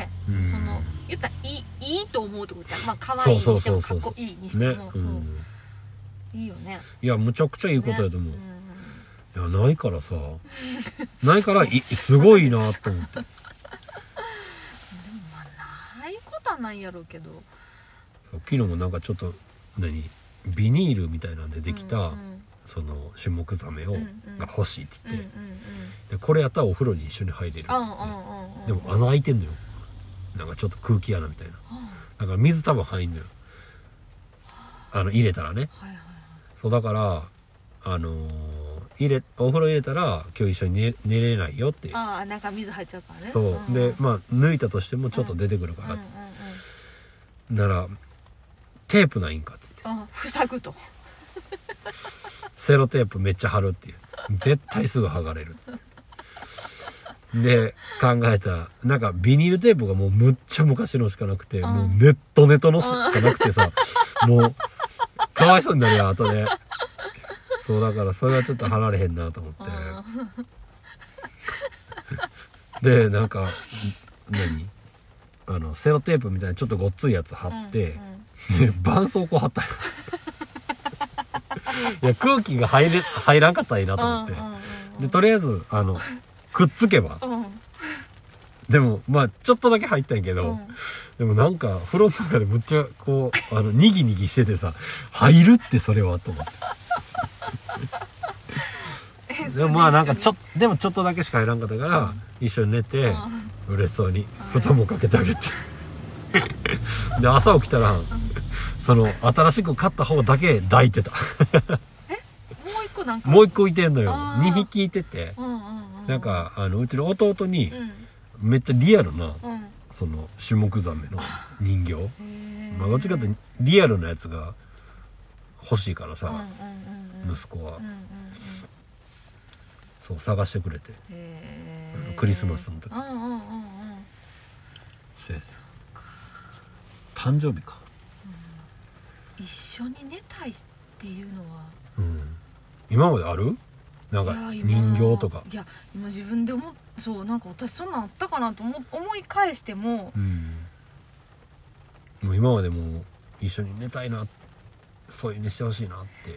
その言ったらいいと思うってことや。まあ可愛いにしてもかっこいいにしても、いいよね。 いやむちゃくちゃいいことやと思う。いやないからさないからすごいなと思って。でもまあないことはないやろうけど、 昨日もなんかちょっとビニールみたいなんでできた、そのシュモクザメが欲しいって言って、でこれやったらお風呂に一緒に入れるっつって、でも穴開いてんのよ。なんかちょっと空気穴みたいな。だから水多分入んのよ、入れたらね。そうだからお風呂入れたら今日一緒に 寝れないよっていう。 なんか水入っちゃうからね。 そうでまあ抜いたとしてもちょっと出てくるからっつって、ならテープないんかっつって、 塞ぐとセロテープめっちゃ貼るっていう、絶対すぐ剥がれるっつってで考えたなんかビニールテープがもうむっちゃ昔のしかなくて、もうネットのしかなくてさ、もうかわいそうになるよ後で。そうだからそれはちょっと貼られへんなと思ってでなんかセロテープみたいなちょっとごっついやつ貼って、で絆創膏貼ったよ。いや空気が入らんかったらいいなと思って、でとりあえずくっつけば、でもまあちょっとだけ入ったんやけど、でもなんか風呂の中でむっちゃこうニギニギしててさ、入るってそれはと思って。でもまあなんかでもちょっとだけしか入らんかったから、一緒に寝て嬉しそうに布団もかけてあげてで朝起きたらその新しく買った方だけ抱いてた。もう一個いてんのよ。2匹いてて、なんかうちの弟にめっちゃリアルなそのシュモクザメの人形、まあどっちかってリアルなやつが欲しいからさ、息子はそう探してくれて、クリスマスの時、誕生日か、 一緒に寝たいっていうのは、 今まである？なんか人形とか。 いや今自分でそうなんか私そんなんあったかなと思い返しても、 もう今までもう一緒に寝たいな、そういうにしてほしいなって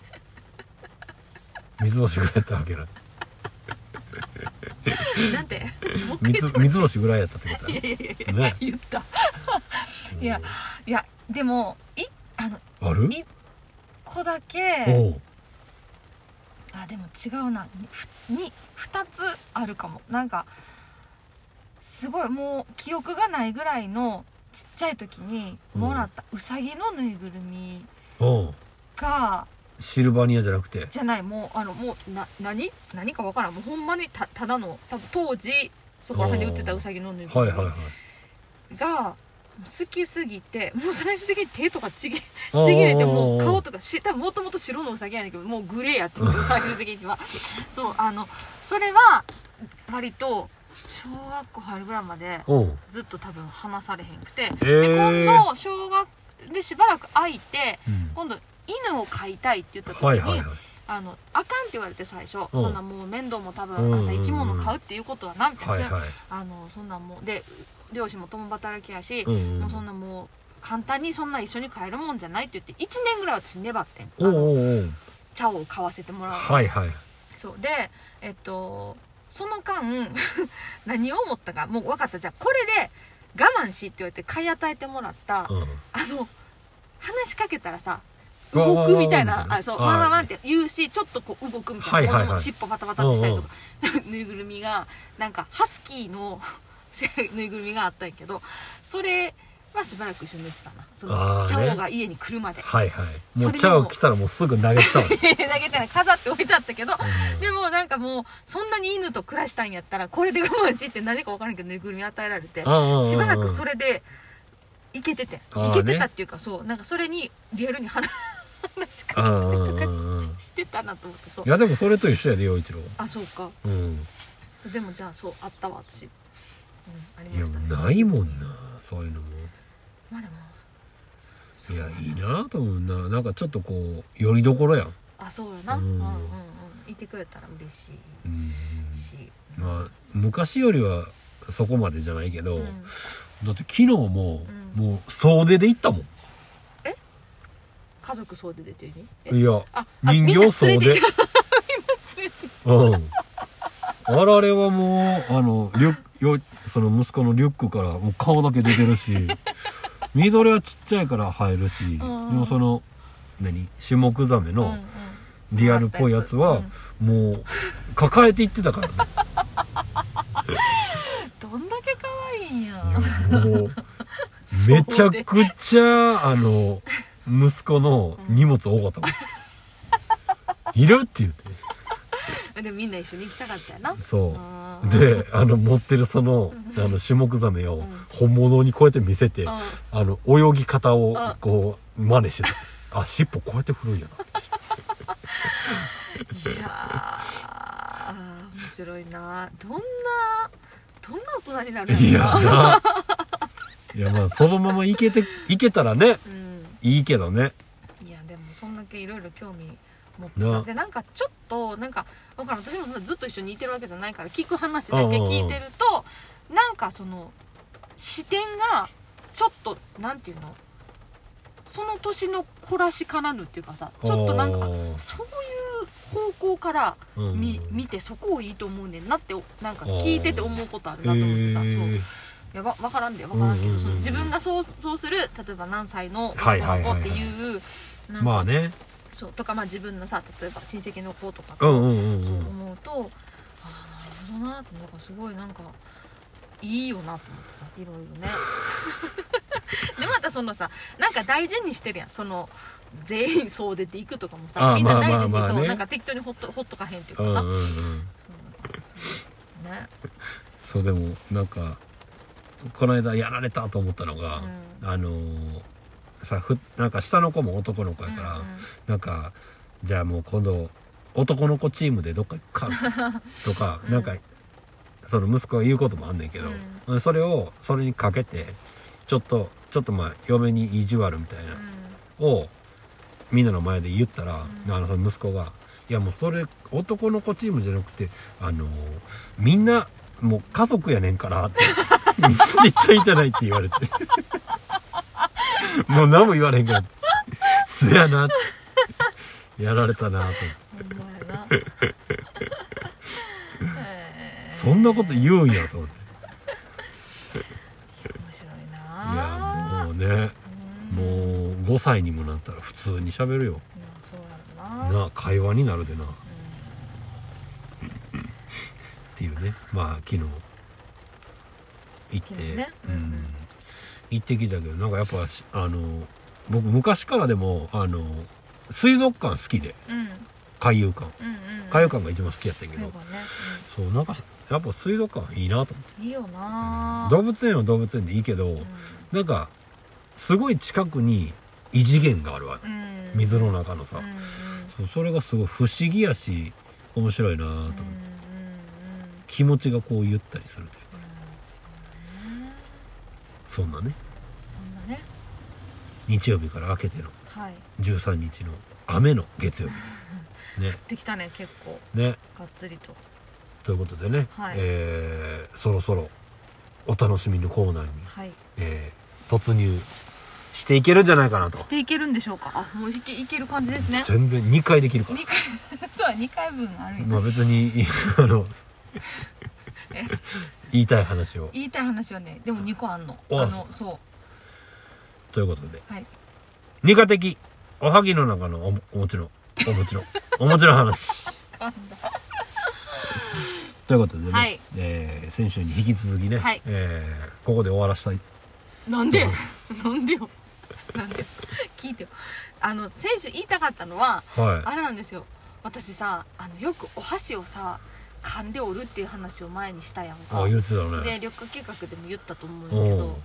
水星ぐらいやったわけな。 なんて水星ぐらいやったってことやね。言ったいやでもある 1個だけ、でも違うな、2つあるかも。なんかすごいもう記憶がないぐらいのちっちゃい時にもらったウサギのぬいぐるみが、 シルバニアじゃなくて、 じゃない、もうもう何かわからん、もうほんまにただの多分当時そこら辺で売ってたウサギのぬいぐるみが好きすぎて、もう最終的に手とかちぎれて、もう顔とかか多分もともと白のウサギやねんけどもうグレーやってんけど最終的にはそうそれは割と小学校入るぐらいまでずっと多分話されへんくて、で今度小学でしばらく空いて、今度犬を飼いたいって言った時に、あかんって言われて最初、そんなもう面倒も多分あんた生き物飼うっていうことはなみたいな、そんなもうで両親も共働きやし、もうそんなもう簡単にそんな一緒に飼えるもんじゃないって言って1年ぐらい私粘ってん、茶を買わせてもらう、そうでその間何を思ったか、もう分かった、じゃあこれで我慢しって言われて買い与えてもらった、話しかけたらさ動くみたいな、そうワンワンワンって言うし、ちょっとこう動くみたいな、も尻尾バタバタってしたりとかぬいぐるみがなんかハスキーのぬいぐるみがあったんやけど、それはしばらく一緒に寝てたな、そのチャオが家に来るまで。 もうチャオ来たらもうすぐ投げてたわ投げてない、飾って置いてあったけど、でもなんかもうそんなに犬と暮らしたんやったらこれで我慢しって何か分からんけどぬいぐるみ与えられて、しばらくそれでいけてたっていうか、そうなんかそれにリアルに話しかけたりとかしてたなと思って。そういやでもそれと一緒やで陽一郎。 そうか。そうでもじゃあそうあったわ私。ありいやましたね。 ないもんなそういうのも。 まあでもいやいいなと思うな。なんかちょっとこうよりどころやん。 そうやな。いてくれたら嬉しいし。 まあ昔よりはそこまでじゃないけど、だって昨日ももう総出で行ったもん。 家族総出でっていう意味？いや人形総出。あられはもうその息子のリュックからもう顔だけ出てるしみぞれはちっちゃいから入るし、でもそのシュモクザメのリアルっぽいやつはもう抱えていってたからね。 どんだけ可愛いんや。 もうめちゃくちゃ息子の荷物多かったもん。いるって言って。 でもみんな一緒に行きたかったよな。 そうで持ってるそのシュモクザメを本物にこうやって見せて、泳ぎ方をこう真似してた。尻尾こうやって振るんやな。 いや面白いな。どんな大人になるんやろ。 いやまあそのままいけたらね、いいけどね。 いやでもそんだけいろいろ興味持ってさ、でなんかちょっとなんか私もそんなずっと一緒にいてるわけじゃないから聞く話だけ聞いてると、なんかその視点がちょっとなんていうの、その年の子らしからぬっていうかさ、ちょっとなんかそういう方向から見てそこをいいと思うねんなってなんか聞いてて思うことあるなと思ってさ。いや分からんけど、その自分がそうする例えば何歳の子っていうまあねそうとか、自分のさ例えば親戚の子とかそう思うと、なるほどなってなんかすごいなんかいいよなと思ってさ、いろいろね。でまたそのさなんか大事にしてるやん、その全員そう出ていくとかもさ、みんな大事にそうなんか適当にほっとかへんっていうかさ、 そうでもなんかこの間やられたと思ったのが、なんか下の子も男の子やから、なんかじゃあもう今度男の子チームでどっか行くかとか、なんかその息子が言うこともあんねんけど、それにかけてちょっとまあ嫁に意地悪みたいなをみんなの前で言ったら、その息子がいやもうそれ男の子チームじゃなくてみんなもう家族やねんからって言っちゃいいんじゃないって言われてもう何も言われへんからすやなってやられたなと思ってそんなこと言うんやと思って面白いな。 いやもうね、もう5歳にもなったら普通に喋るよ。 そうやな。 会話になるでな、っていうね。まあ昨日行って、行ってきたけど、なんかやっぱ僕昔からでも水族館好きで、海遊館が一番好きやったんやけど、そうなんかやっぱ水族館いいなと思って。 いいよな。 動物園は動物園でいいけど、なんかすごい近くに異次元があるわ、 うん、 水の中のさ、それがすごい不思議やし面白いなと思って、気持ちがこうゆったりするというか、そんなね日曜日から明けての13日の雨の月曜日ね、降ってきたね結構ね、 がっつりと。 ということでね、 はい、 そろそろお楽しみのコーナーに、 はい、 突入していけるんじゃないかなと。 していけるんでしょうか。あ、もういける感じですね。 全然2回できるから 2回そう2回分あるよ。 まあ別に言いたい話をね、でも2個あんの。そうということで、 はい、 二課的おはぎの中のおもちろん話ということでね、 はい、 先週に引き続きね、 はい、 ここで終わらしたい。 なんでよ聞いてよ。先週言いたかったのは、 はい、 あれなんですよ。私さ、よくお箸をさ噛んで折るっていう話を前にしたやんか。 言ってたね。 で緑化計画でも言ったと思うんだけど、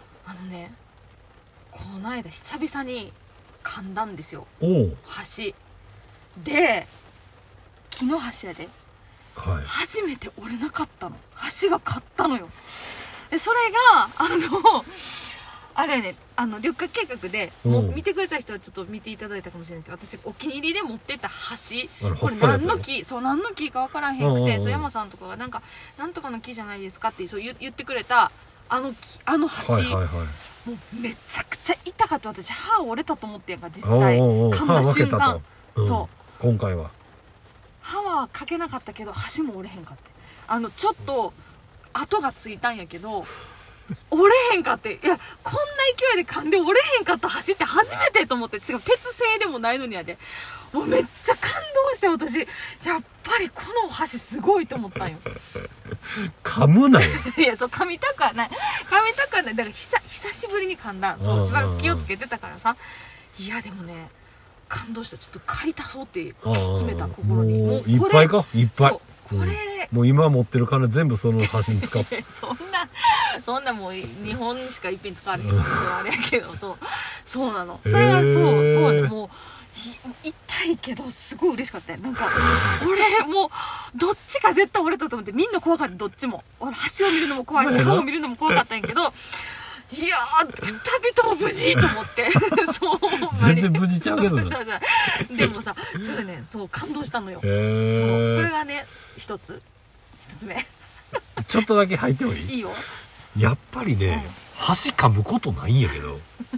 この間久々に噛んだんですよ、箸で。木の箸やで、はい、初めて折れなかったの。箸が勝ったのよ。でそれがあれね、緑化計画でもう見てくれた人はちょっと見ていただいたかもしれないけど、私お気に入りで持ってた箸、これ何の木か分からへんくて、そう山さんとかがなんとかの木じゃないですかってそう言ってくれた箸、はいはいはい、もうめちゃくちゃ痛かった。私歯折れたと思ってんか、実際噛んだ瞬間、そう今回は歯はかけなかったけど箸も折れへんかって、ちょっと跡がついたんやけど折れへんかって。いや、こんな勢いで噛んで折れへんかった箸って初めてと思って、しかも鉄製でもないのにやで、もうめっちゃ感動して、私やっぱりこの箸すごいと思ったんよ。 噛むなよいや、そう噛みたくはないだから久しぶりに噛んだ。そうしばらく気をつけてたからさ。いやでもね、感動した。ちょっと買い足そうって決めた、心に。 もういっぱいか、いっぱい。 そうこれ、 もう今持ってる金全部その箸に使ってそんなもう2本しか一品使われへんからそれはあれやけど、そうなの。それがそうね、もう痛いけどすごい嬉しかったよ。なんか俺もうどっちか絶対折れたと思って、みんな怖かった。どっちも箸を見るのも怖いし歯を見るのも怖かったんやけど、いやー2人とも無事と思ってそう全然無事ちゃうけどねでもさ、それね、そう感動したのよ。それがね、一つ目ちょっとだけ入ってもいい？ いいよ。 やっぱりね、箸噛むことないんやけど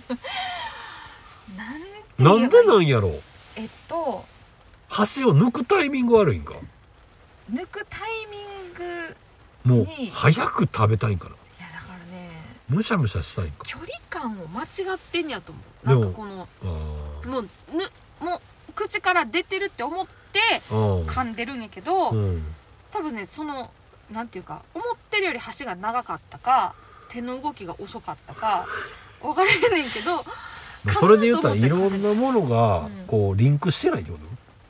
なんでなんやろう。箸を抜くタイミング悪いんか。 抜くタイミングもう早く食べたいんかな。 いやだからね、 むしゃむしゃしたいんか。 距離感を間違ってんやと思う。なんかこのもう口から出てるって思って噛んでるんやけど、多分ね、なんていうか、思ってるより箸が長かったか手の動きが遅かったか分からへんねんけどそれで言ったらいろんなものがこうリンクしてないってこと？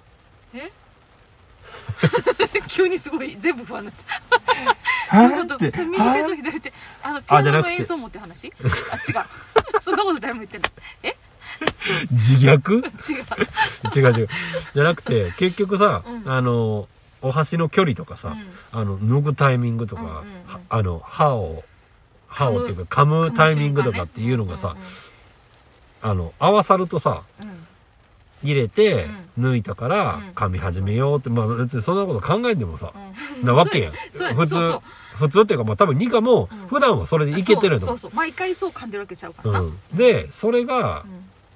急にすごい全部不安になってそれ右手と左手ピアノの演奏持って話？違うそんなこと誰も言ってない。 自虐？ 違うじゃなくて、結局さ、お箸の距離とかさ、脱ぐタイミングとか、歯をっていうか噛むタイミングとかっていうのがさ、合わさるとさ、入れて抜いたから噛み始めようって、まあ別にそんなこと考えてもさ、なわけやん。普通っていうか、まあ多分ニカも普段はそれでいけてるの。 そう毎回そう噛んでるわけちゃうからな。 でそれが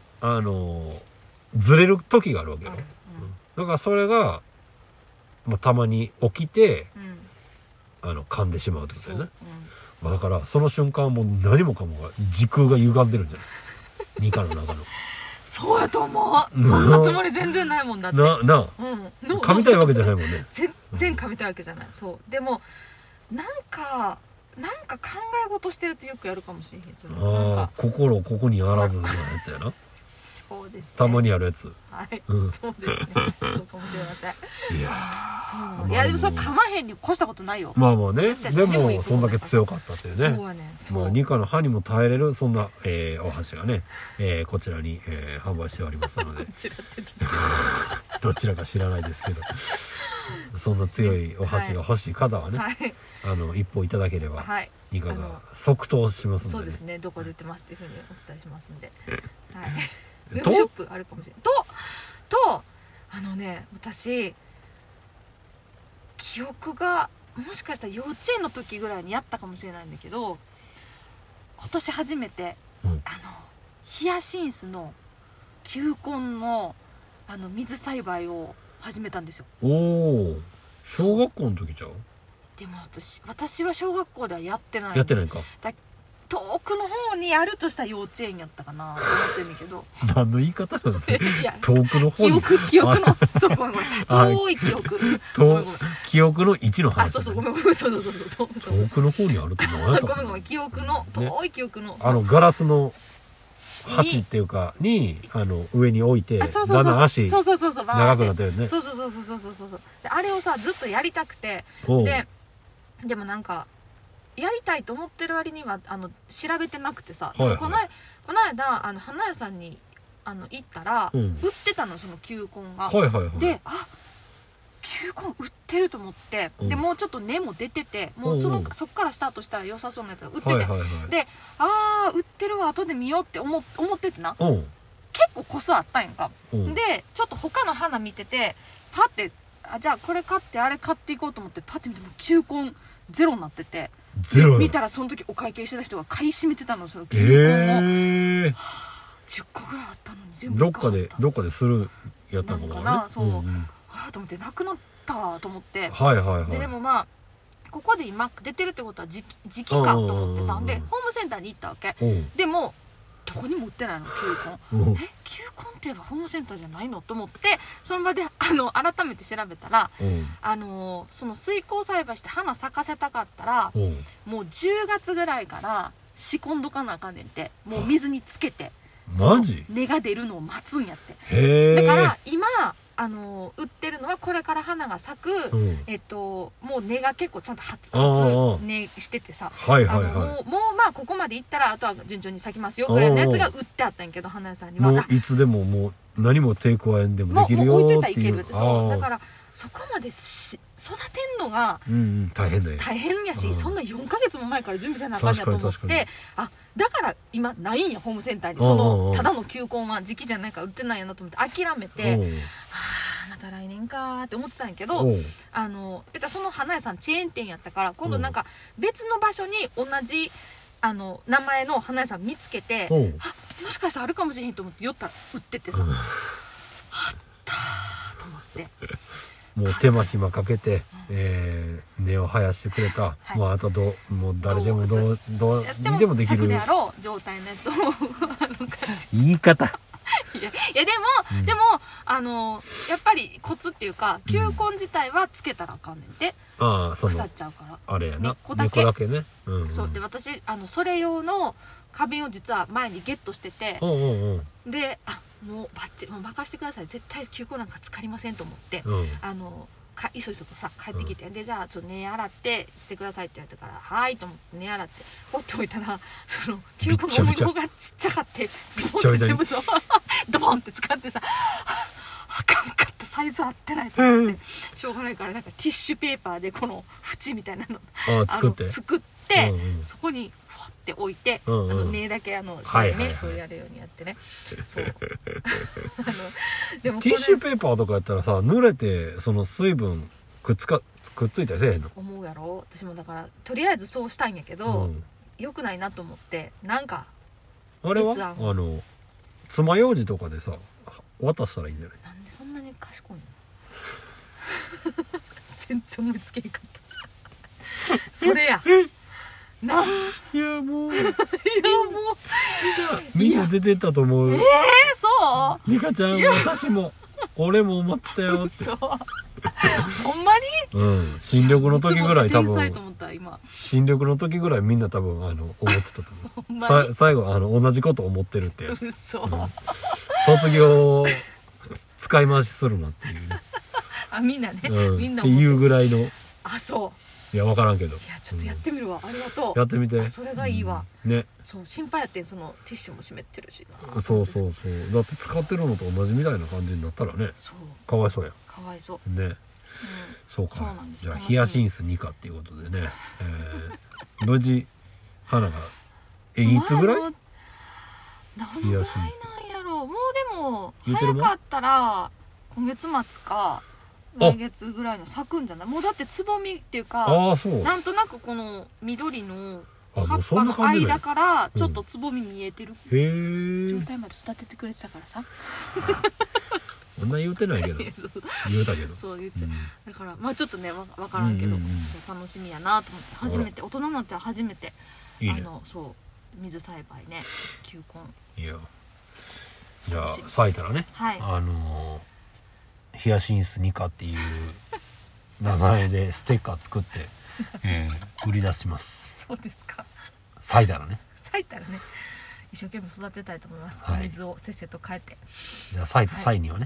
ずれる時があるわけよ。だからそれがまあたまに起きて噛んでしまうってことだよね。だからその瞬間はもう何もかもが時空が歪んでるんじゃないニカの中の。 そうやと思う。そんなつもり全然ないもんだって。 噛みたいわけじゃないもんね。 全然噛みたいわけじゃない。そうでもなんか考え事してるとよくやるかもしれへん。 心ここにあらずのやつやな。 そうですね、 たまにあるやつ。 はい、そうですね、そうかもしれません。 いやそうなの、いやでもそれ噛まへんに越したことないよ。 まあまあね、でもそんだけ強かったっていうね。 そうやね。 まあニカの歯にも耐えれるそんな、お箸がね、こちらに、販売しておりますのでどちらか知らないですけどそんな強いお箸が欲しい方はね、はい、一歩いただければ、はい、ニカが即答しますんで、ね、 そうですね、どこで売ってますっていうふうにお伝えしますんではいウェブショップあるかもしれないと私記憶がもしかしたら幼稚園の時ぐらいにやったかもしれないんだけど、今年初めて、ヒヤシンスの球根の水栽培を始めたんですよ。 おお、小学校の時ちゃう？ でも私は小学校ではやってない。 やってないか。 遠くの方にあるとしたら幼稚園やったかなと思ってんだけど何の言い方なんですか遠くの方に記憶のそうごめん遠い記憶記憶の1の話、ね、 そうそうごめんそう遠くの方にあるって何やったごめん記憶の遠い記憶の、 ガラスの鉢っていうかに上に置いてだんだん足長くなってるね。 そうであれをさずっとやりたくてでもなんかやりたいと思ってる割には調べてなくてさ、はいはい、この間花屋さんに行ったら、売ってたのその球根が、はいはいはい、で球根売ってると思って、でもうちょっと根も出ててもうそっからスタートしたら良さそうなやつが売ってて、はいはいはい、で売ってるわ後で見ようって思っててな、結構個数あったんやんか、でちょっと他の花見ててパッてじゃあこれ買ってあれ買っていこうと思ってパッて見ても球根ゼロになってて、見たらその時お会計してた人が買い占めてたの、その球根を、10個ぐらいあったのに全部どっかでするやったのかな、 そう、と思ってなくなったと思って、 はいはいはい、 でもまあここで今出てるってことは時期かと思ってさ、でホームセンターに行ったわけ、でもどこにも売ってないの球根、球根って言えばホームセンターじゃないのと思ってその場で改めて調べたら、その水耕栽培して花咲かせたかったら、もう10月ぐらいから仕込んどかなあかんねんって、もう水につけてマジ根が出るのを待つんやって。だから今売ってるのはこれから花が咲く、もう根が結構ちゃんと発根しててさ、もうまあここまでいったらあとは順調に咲きますよぐらいのやつが売ってあったんやけど、花屋さんにはもういつでももう何も手加えんでもできるよっていう、もう置いといたらいけるって、そうだからそこまで育てんのが大変やし、そんな4ヶ月も前から準備せなあかんやと思って、だから今ないんやホームセンターにそのただの球根は時期じゃないから売ってないやなと思って諦めて、また来年かって思ってたんやけど、その花屋さんチェーン店やったから今度なんか別の場所に同じ名前の花屋さん見つけて、もしかしたらあるかもしれへんと思って寄ったら売っててさ、あったーと思ってもう手間暇かけて、根を生やしてくれた、もうあともう誰でもどうにでもできるであろう状態のやつを言い方いやでもやっぱりコツっていうか球根自体はつけたらあかんねんで、腐っちゃうからあれやな、 根っこだけね、 そうで私それ用の花瓶を実は前にゲットしてて、でもうバッチリもう任せてください、絶対球根なんか浸かりませんと思って、いそいそとさ帰ってきて、でじゃあちょっと根洗ってしてくださいって言われたからはいと思って根洗って放っておいたら、その球根の重みの方がちっちゃかってズボンって全部そうドボンって使ってさ、あかんかった、サイズ合ってないと思って、しょうがないからなんかティッシュペーパーでこの縁みたいなの作って、そこにフォって置いて、根だけ下にね、そうやるようにやってね、そうでもティッシュペーパーとかやったらさ、濡れてその水分くっついたりせえへんの？ 思うやろ。私もだからとりあえずそうしたんやけど、良くないなと思って、なんかあれは爪楊枝とかでさ渡したらいいんじゃない？ なんでそんなに賢いの全然思いつけへんかったそれやないやもうみんな出てたと思う。 そうリカちゃん、私も俺も思ってたよって。 そうほんまに？ 新緑の時ぐらい多分新緑の時ぐらいみんな多分思ってたと思う最後同じこと思ってるってやつ。卒業使い回しするなっていうねみんなね、みんなっていうぐらいの。 そういや分からんけど、 いやちょっとやってみるわ、ありがとう。 やってみて。 それがいいわ、 ね。 そう心配やってん、そのティッシュも湿ってるしな。そうだって使ってるのと同じみたいな感じになったらね、かわいそうや。 かわいそうね。そうか。じゃあヒヤシンス2課っていうことでね、無事花がいつぐらい？ どのぐらいなんやろう。もうでも早かったら今月末か来月ぐらいの咲くんじゃない？もうだってつぼみっていうか、なんとなくこの緑の葉っぱの間からちょっとつぼみ見えてる状態まで育ててくれてたからさ。 そんな言うてないけど言うたけど、 そう言うてた、だからまあちょっとね分からんけど、楽しみやなと思って、初めて大人になっては初めてそう水栽培ね、球根。 いやじゃあ咲いたらね、ヒヤシンス2課っていう名前でステッカー作って売り出します。 そうですか。 咲いたらね一生懸命育てたいと思います、お水をせっせと変えて。 じゃあ咲いた際にはね、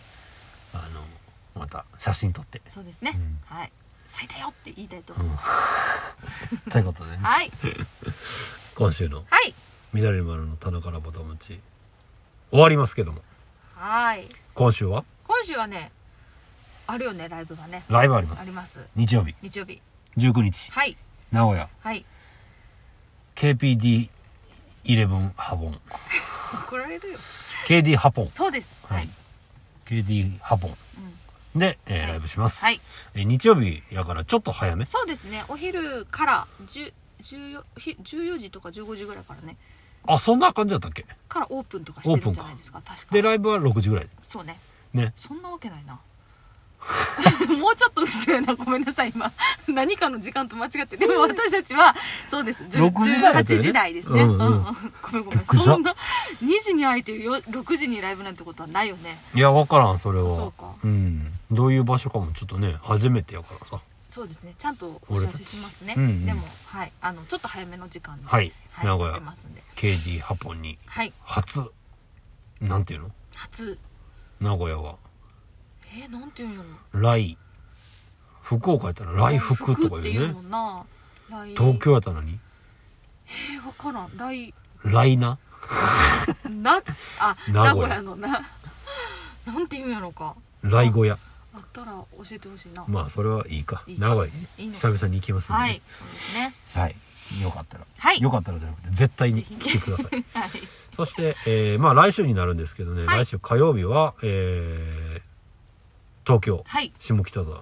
また写真撮って。 そうですね、咲いたよって言いたいと思います、ということでね、今週の緑丸の棚からぼたもち終わりますけども、今週はねあるよね、ライブがね。 ライブあります。日曜日19日、名古屋、KPD11 ハボン怒られるよ。 KD ハポン。 そうです、 KD ハポンで、ライブします。日曜日やからちょっと早め。 そうですね、お昼から14時とか15時ぐらいからね。 そんな感じだったっけ？ からオープンとかしてるんじゃないですか、確か。 でライブは6時ぐらい。 そうね。そんなわけないな。もうちょっと後ろやな、ごめんなさい、今何かの時間と間違って。でも私たちはそうです、18時台ですね。ごめんそんな2時に空いて6時にライブなんてことはないよね。 いや分からん、それは。 そうか、 どういう場所かもちょっとね初めてやからさ。 そうですね、ちゃんとお知らせしますね。でもちょっと早めの時間で名古屋 KD ハポンに初、なんていうの、 初名古屋はなんていうんやろ、来福岡やったら来福とか言うね。東京やったら何？ 分からん。 来な名古屋のなんていうんやろか。 来小屋あったら教えてほしいな。 まあそれはいいか。名古屋に久々に行きますんでね。 そうですね。 よかったら、よかったらじゃなくて絶対に来てください。そしてまあ来週になるんですけどね、来週火曜日は東京下北沢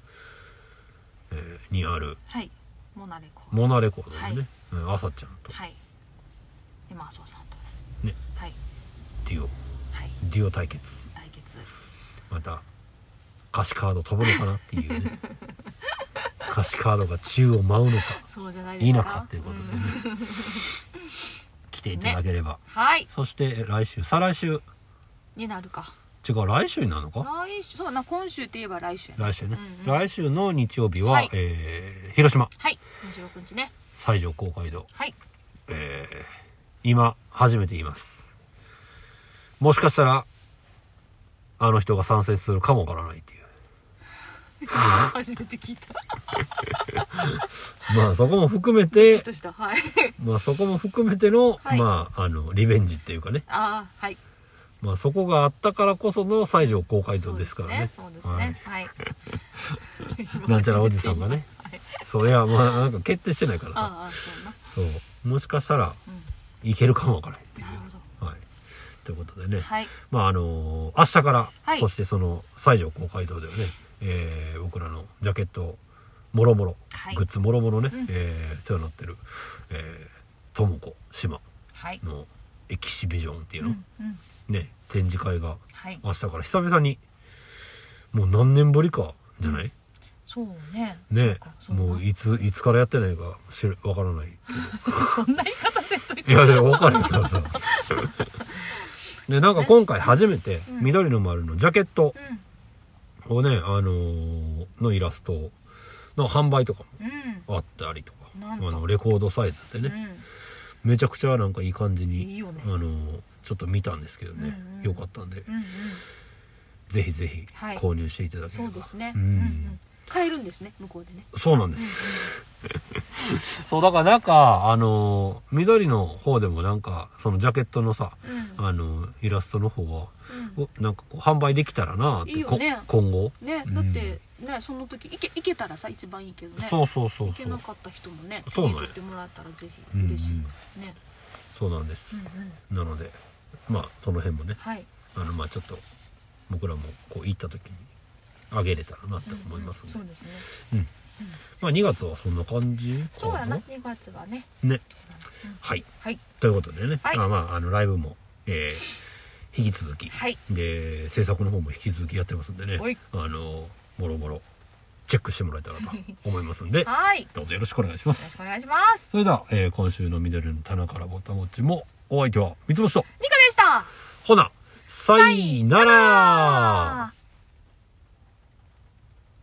にあるモナレコードでね、朝ちゃんと今そうさんとね、デュオ対決。また歌詞カード飛ぶのかなっていうね歌詞カードが宙を舞うのかいいのかっていうことでね来ていただければ。そして再来週になるか。 違う、来週になるのか。 そうな、今週って言えば来週ね。 来週の日曜日は広島 26日ね、 西条公会堂。今初めて言います。もしかしたらあの人が参戦するかもわからないっていう初めて聞いたまあそこも含めてまあそこも含めてのまあリベンジっていうかね、まあそこがあったからこその西条公会堂ですからね。 そうですね。 なんちゃらおじさんがね、そういやまあなんか決定してないからさ、そうもしかしたらいけるかもわからないっていう。ということでね、まあ明日から、そしてその西条公会堂ではね、僕らのジャケットもろもろ、グッズもろもろね、世話になってるともこ島のエキシビジョンっていうの、ね、展示会が明日から久々に、もう何年ぶりかじゃない？ そうね。 もういつからやってないかわからないけどそんな言い方せんといて。 いやでも分からへんからさでなんか今回初めて緑の丸のジャケットをね、のイラストの販売とかもあったりとか、レコードサイズでね、めちゃくちゃなんかいい感じにいいよね、 ちょっと見たんですけどね、よかったんで、ぜひぜひ購入していただければ、 そうですね、買えるんですね、向こうでね。 そうなんです、そうだからなんか緑の方でもなんかそのジャケットのさ、イラストの方が、なんかこう販売できたらなって、 いいよね、 今後ね、だってね、その時行けたらさ一番いいけどね。 そう行けなかった人もね、 そうなん取ってもらったらぜひ嬉しいね。 そうなんです、なのでまあその辺もね、まあちょっと僕らもこう行った時にあげれたらなって思いますので、 そうですね。 まあ2月はそんな感じかな。 そうやな、2月はね。 はい。ということでね、ライブも引き続き、で制作の方も引き続きやってますんでね、もろもろチェックしてもらえたらと思いますんで、どうぞよろしくお願いします。 よろしくお願いします。 それでは今週の緑の棚からぼたもちも、お相手は三つ星とニカでした。 ほな、さいなら。